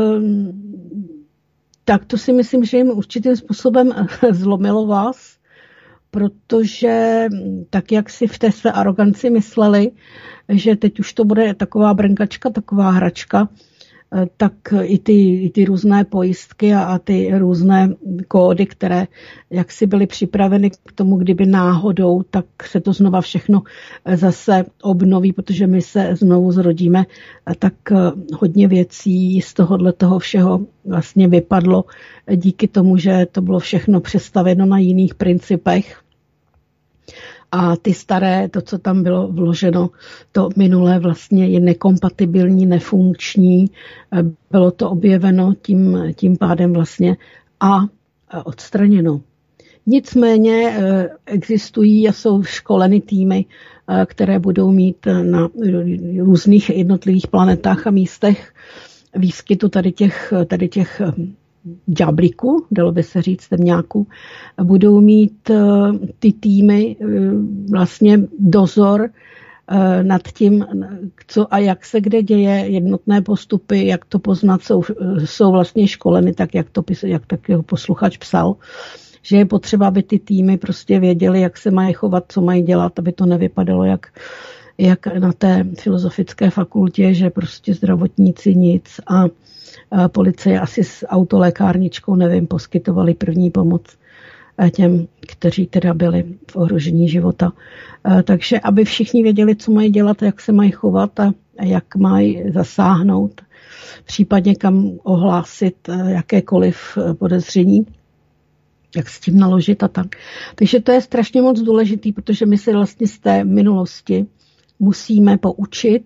Speaker 4: tak to si myslím, že jim určitým způsobem zlomilo vás, protože tak, jak si v té své aroganci mysleli, že teď už to bude taková brnkačka, taková hračka, tak i ty, i ty různé pojistky a, a ty různé kódy, které jaksi byly připraveny k tomu, kdyby náhodou, tak se to znova všechno zase obnoví, protože my se znovu zrodíme, tak hodně věcí z tohohle toho všeho vlastně vypadlo díky tomu, že to bylo všechno přestavěno na jiných principech. A ty staré, to, co tam bylo vloženo, to minulé vlastně je nekompatibilní, nefunkční. Bylo to objeveno tím, tím pádem vlastně a odstraněno. Nicméně existují a jsou školeny týmy, které budou mít na různých jednotlivých planetách a místech výskytu tady těch, tady těch ďáblíků, dalo by se říct, temňáků, budou mít ty týmy vlastně dozor nad tím, co a jak se kde děje, jednotné postupy, jak to poznat, jsou, jsou vlastně školeny, tak jak, to, jak tak jeho posluchač psal, že je potřeba, aby ty týmy prostě věděli, jak se mají chovat, co mají dělat, aby to nevypadalo jak, jak na té filozofické fakultě, že prostě zdravotníci nic a policie asi s autolékárničkou, nevím, poskytovali první pomoc těm, kteří teda byli v ohrožení života. Takže aby všichni věděli, co mají dělat, jak se mají chovat a jak mají zasáhnout, případně kam ohlásit jakékoliv podezření, jak s tím naložit a tak. Takže to je strašně moc důležitý, protože my se vlastně z té minulosti musíme poučit,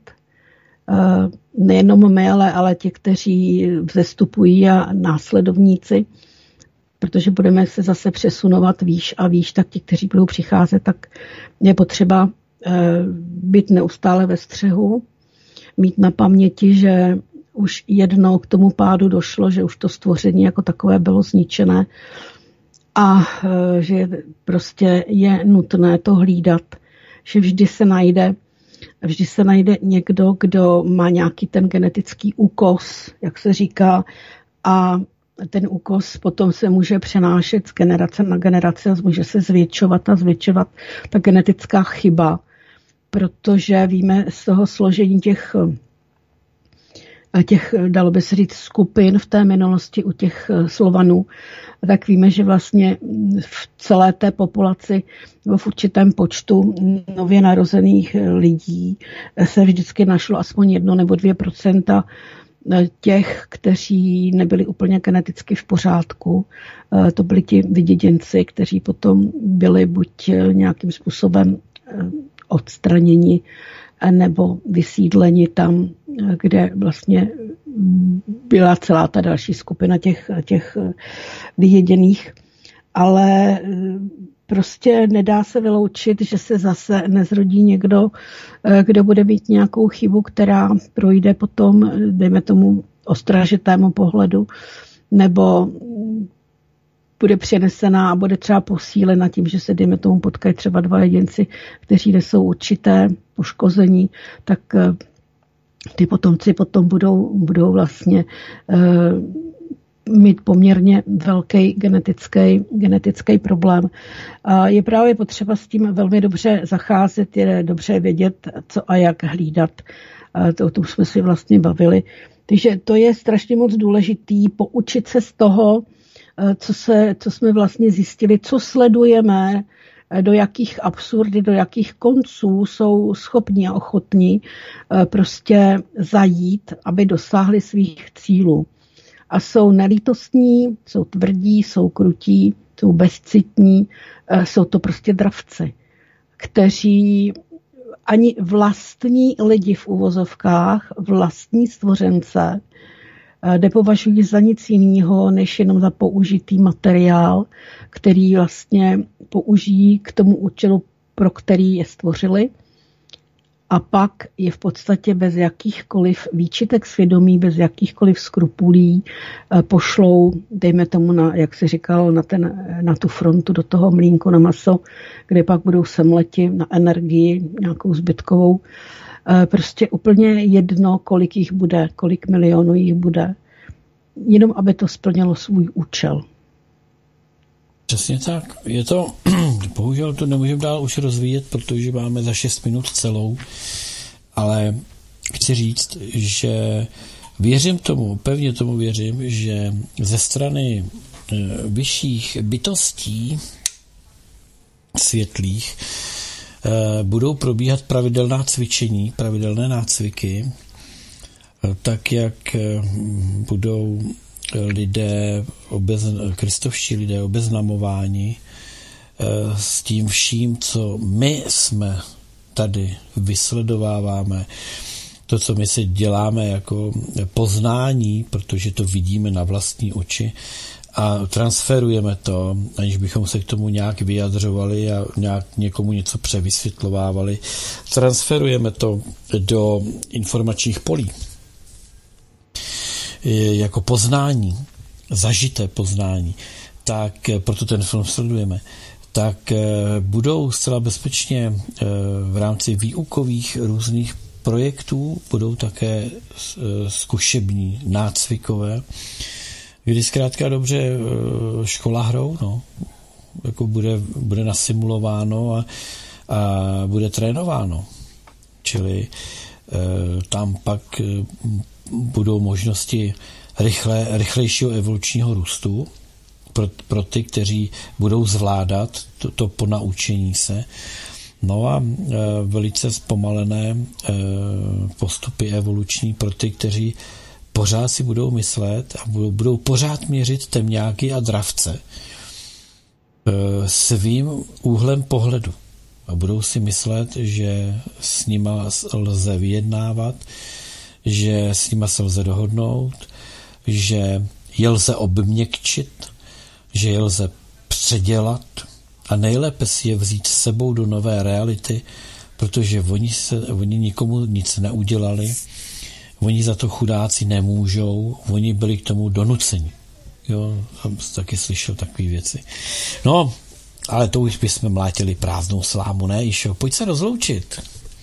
Speaker 4: nejenom my, ale, ale ti, kteří vzestupují a následovníci, protože budeme se zase přesunovat výš a výš, tak ti, kteří budou přicházet, tak je potřeba být neustále ve střehu, mít na paměti, že už jednou k tomu pádu došlo, že už to stvoření jako takové bylo zničené a že prostě je nutné to hlídat, že vždy se najde Vždy se najde někdo, kdo má nějaký ten genetický úkos, jak se říká, a ten úkos potom se může přenášet z generace na generaci a může se zvětšovat a zvětšovat ta genetická chyba, protože víme z toho složení těch, těch, dalo by se říct, skupin v té minulosti u těch Slovanů, tak víme, že vlastně v celé té populaci nebo v určitém počtu nově narozených lidí se vždycky našlo aspoň jedno nebo dvě procenta těch, kteří nebyli úplně geneticky v pořádku. To byli ti vyděděnci, kteří potom byli buď nějakým způsobem odstraněni nebo vysídleni tam, kde vlastně byla celá ta další skupina těch, těch vyjeděných. Ale prostě nedá se vyloučit, že se zase nezrodí někdo, kdo bude mít nějakou chybu, která projde potom, dejme tomu, ostražitému pohledu, nebo bude přenesená a bude třeba posílena tím, že se, dejme tomu, potkají třeba dva jedinci, kteří nesou určité poškození, tak ty potomci potom budou, budou vlastně uh, mít poměrně velký genetický, genetický problém. A je právě potřeba s tím velmi dobře zacházet, je dobře vědět, co a jak hlídat. A to, o tom jsme si vlastně bavili. Takže to je strašně moc důležitý, poučit se z toho, co, se, co jsme vlastně zjistili, co sledujeme, do jakých absurdy, do jakých konců jsou schopni a ochotní prostě zajít, aby dosáhli svých cílů. A jsou nelítostní, jsou tvrdí, jsou krutí, jsou bezcitní, jsou to prostě dravci, kteří ani vlastní lidi v uvozovkách, vlastní stvořence, nepovažují za nic jiného, než jenom za použitý materiál, který vlastně použijí k tomu účelu, pro který je stvořili. A pak je v podstatě bez jakýchkoliv výčitek svědomí, bez jakýchkoliv skrupulí pošlou, dejme tomu, na, jak se říkalo, na, ten, na tu frontu, do toho mlýnku na maso, kde pak budou semleti na energii, nějakou zbytkovou. Prostě úplně jedno, kolik jich bude, kolik milionů jich bude, jenom aby to splnilo svůj účel.
Speaker 3: Přesně tak. Je to, bohužel to nemůžeme dál už rozvíjet, protože máme za šest minut celou, ale chci říct, že věřím tomu, pevně tomu věřím, že ze strany vyšších bytostí světlých budou probíhat pravidelná cvičení, pravidelné nácviky, tak jak lidé, obez, kristovští lidé obeznamováni s tím vším, co my jsme tady vysledováváme, to, co my si děláme jako poznání, protože to vidíme na vlastní oči a transferujeme to, aniž bychom se k tomu nějak vyjadřovali a nějak někomu něco převysvětlovávali, transferujeme to do informačních polí jako poznání, zažité poznání, tak proto ten film sledujeme, tak budou zcela bezpečně v rámci výukových různých projektů, budou také zkušební, nácvikové, kdy zkrátka dobře škola hrou, no, jako bude, bude nasimulováno a, a bude trénováno. Čili tam pak budou možnosti rychle, rychlejšího evolučního růstu pro, pro ty, kteří budou zvládat to, to ponaučení se. No a e, velice zpomalené e, postupy evoluční pro ty, kteří pořád si budou myslet a budou, budou pořád měřit temňáky a dravce e, svým úhlem pohledu. A budou si myslet, že s nima lze vyjednávat, že s nima se lze dohodnout, že je lze obměkčit, že je lze předělat a nejlépe si je vzít s sebou do nové reality, protože oni, se, oni nikomu nic neudělali, oni za to chudáci nemůžou, oni byli k tomu donuceni. Jo, jsem taky slyšel takové věci. No, ale to už bychom mlátili prázdnou slámu, ne, Išo? Pojď se rozloučit.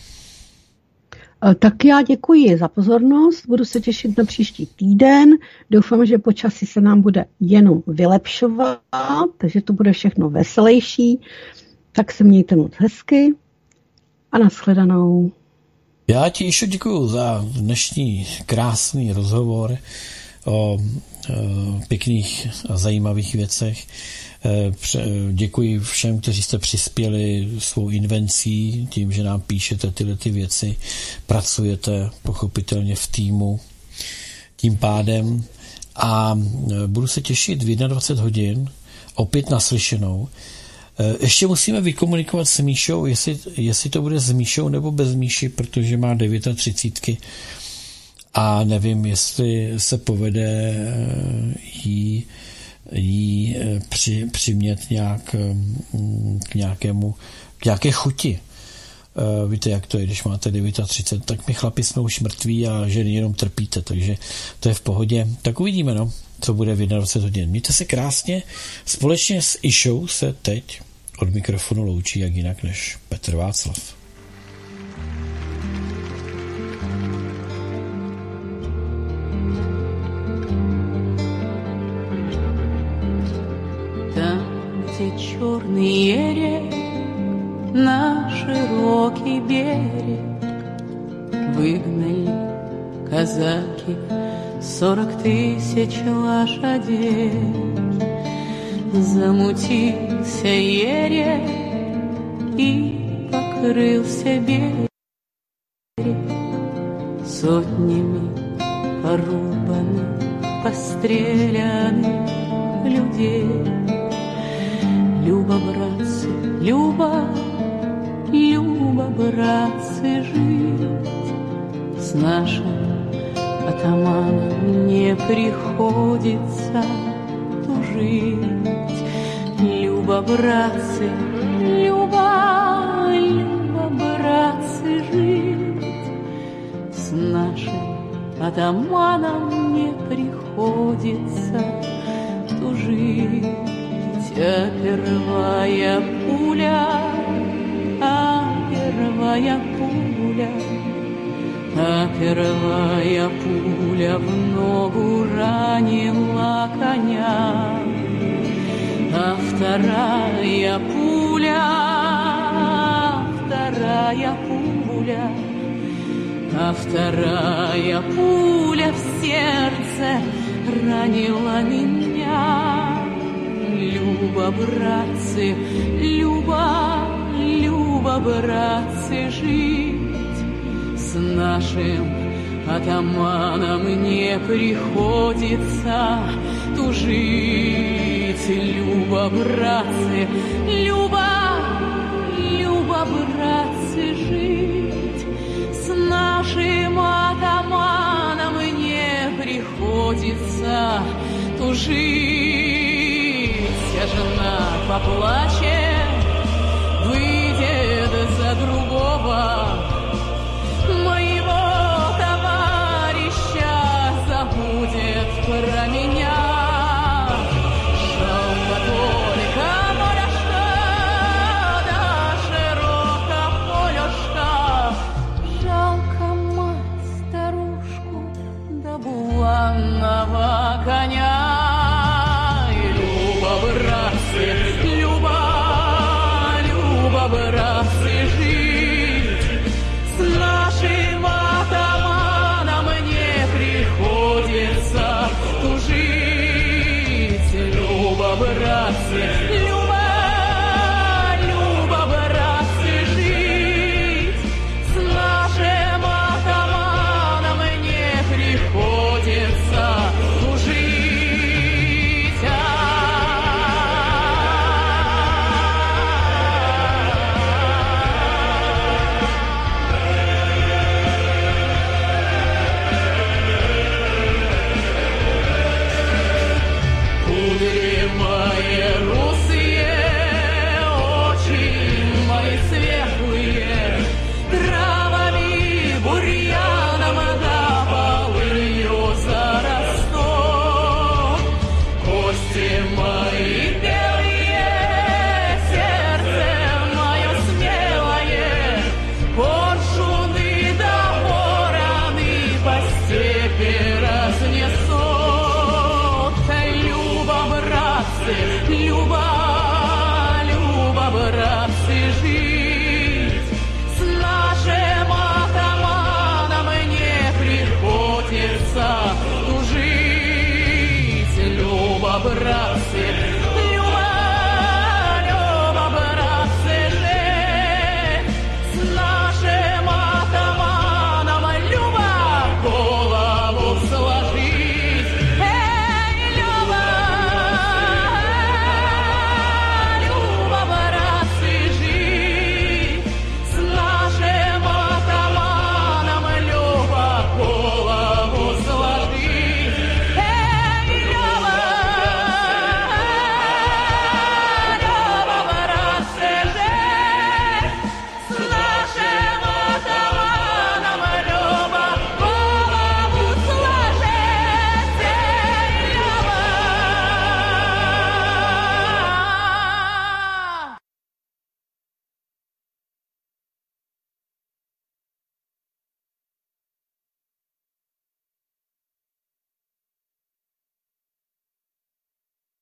Speaker 4: Tak já děkuji za pozornost, budu se těšit na příští týden, doufám, že počasí se nám bude jenom vylepšovat, takže to bude všechno veselější, tak se mějte moc hezky a nashledanou.
Speaker 3: Já ti, Išo, děkuji za dnešní krásný rozhovor o pěkných a zajímavých věcech. Děkuji všem, kteří jste přispěli svou invencí, tím, že nám píšete tyhle ty věci, pracujete pochopitelně v týmu tím pádem a budu se těšit v dvacet jedna hodin opět naslyšenou. Ještě musíme vykomunikovat s Míšou, jestli, jestli to bude s Míšou nebo bez Míši, protože má třicet devět a nevím, jestli se povede jí jí při, přimět nějak k nějakému, k nějaké chuti. Víte, jak to je, když máte třicet devět, tak my chlapi jsme už mrtví a ženy jenom trpíte, takže to je v pohodě. Tak uvidíme, no, co bude v dvacet jedna hodin. Mějte se krásně, společně s Išou se teď od mikrofonu loučí jak jinak než Petr Václav.
Speaker 1: Черный ерек на широкий берег выгнали казаки сорок тысяч лошадей. Замутился ерек и покрылся берег сотнями порубанных, постреляных людей. Люба, братцы, Люба, Люба, братцы, жить с нашим атаманом не приходится тужить. Люба, братцы, Люба, Люба, братцы, жить с нашим атаманом не приходится тужить. А первая пуля, а первая пуля, а первая пуля в ногу ранила коня, а вторая пуля, вторая пуля, а вторая пуля в сердце ранила меня. Люба, братцы, Люба, Люба, братцы, жить с нашим атаманом не приходится тужить.
Speaker 7: жить, Люба, братцы, Люба, Люба, братцы, жить. С нашим атаманом не приходится тужить. Вся жена поплачет, выйдет за другого. Моего товарища забудет про меня. Жалко только полюшка, да широко полюшка. Жалко мать старушку, да буланого коня. И Люба, братцы, Люба, Люба, братцы, жить. С нашим атаманом не приходится тужить. Люба, братцы, Люба, Люба, братцы, жить. С нашим атаманом не приходится тужить. Кудри мои русые, очи мои светлые, травами, бурьяном да полынью зарастут. Кости мои белые, сердце мое смелое, коршуны да вороны по степи разнесут. Люба, Люба, братцы, жить. С нашим атаманом не приходится тужить. Люба, братцы,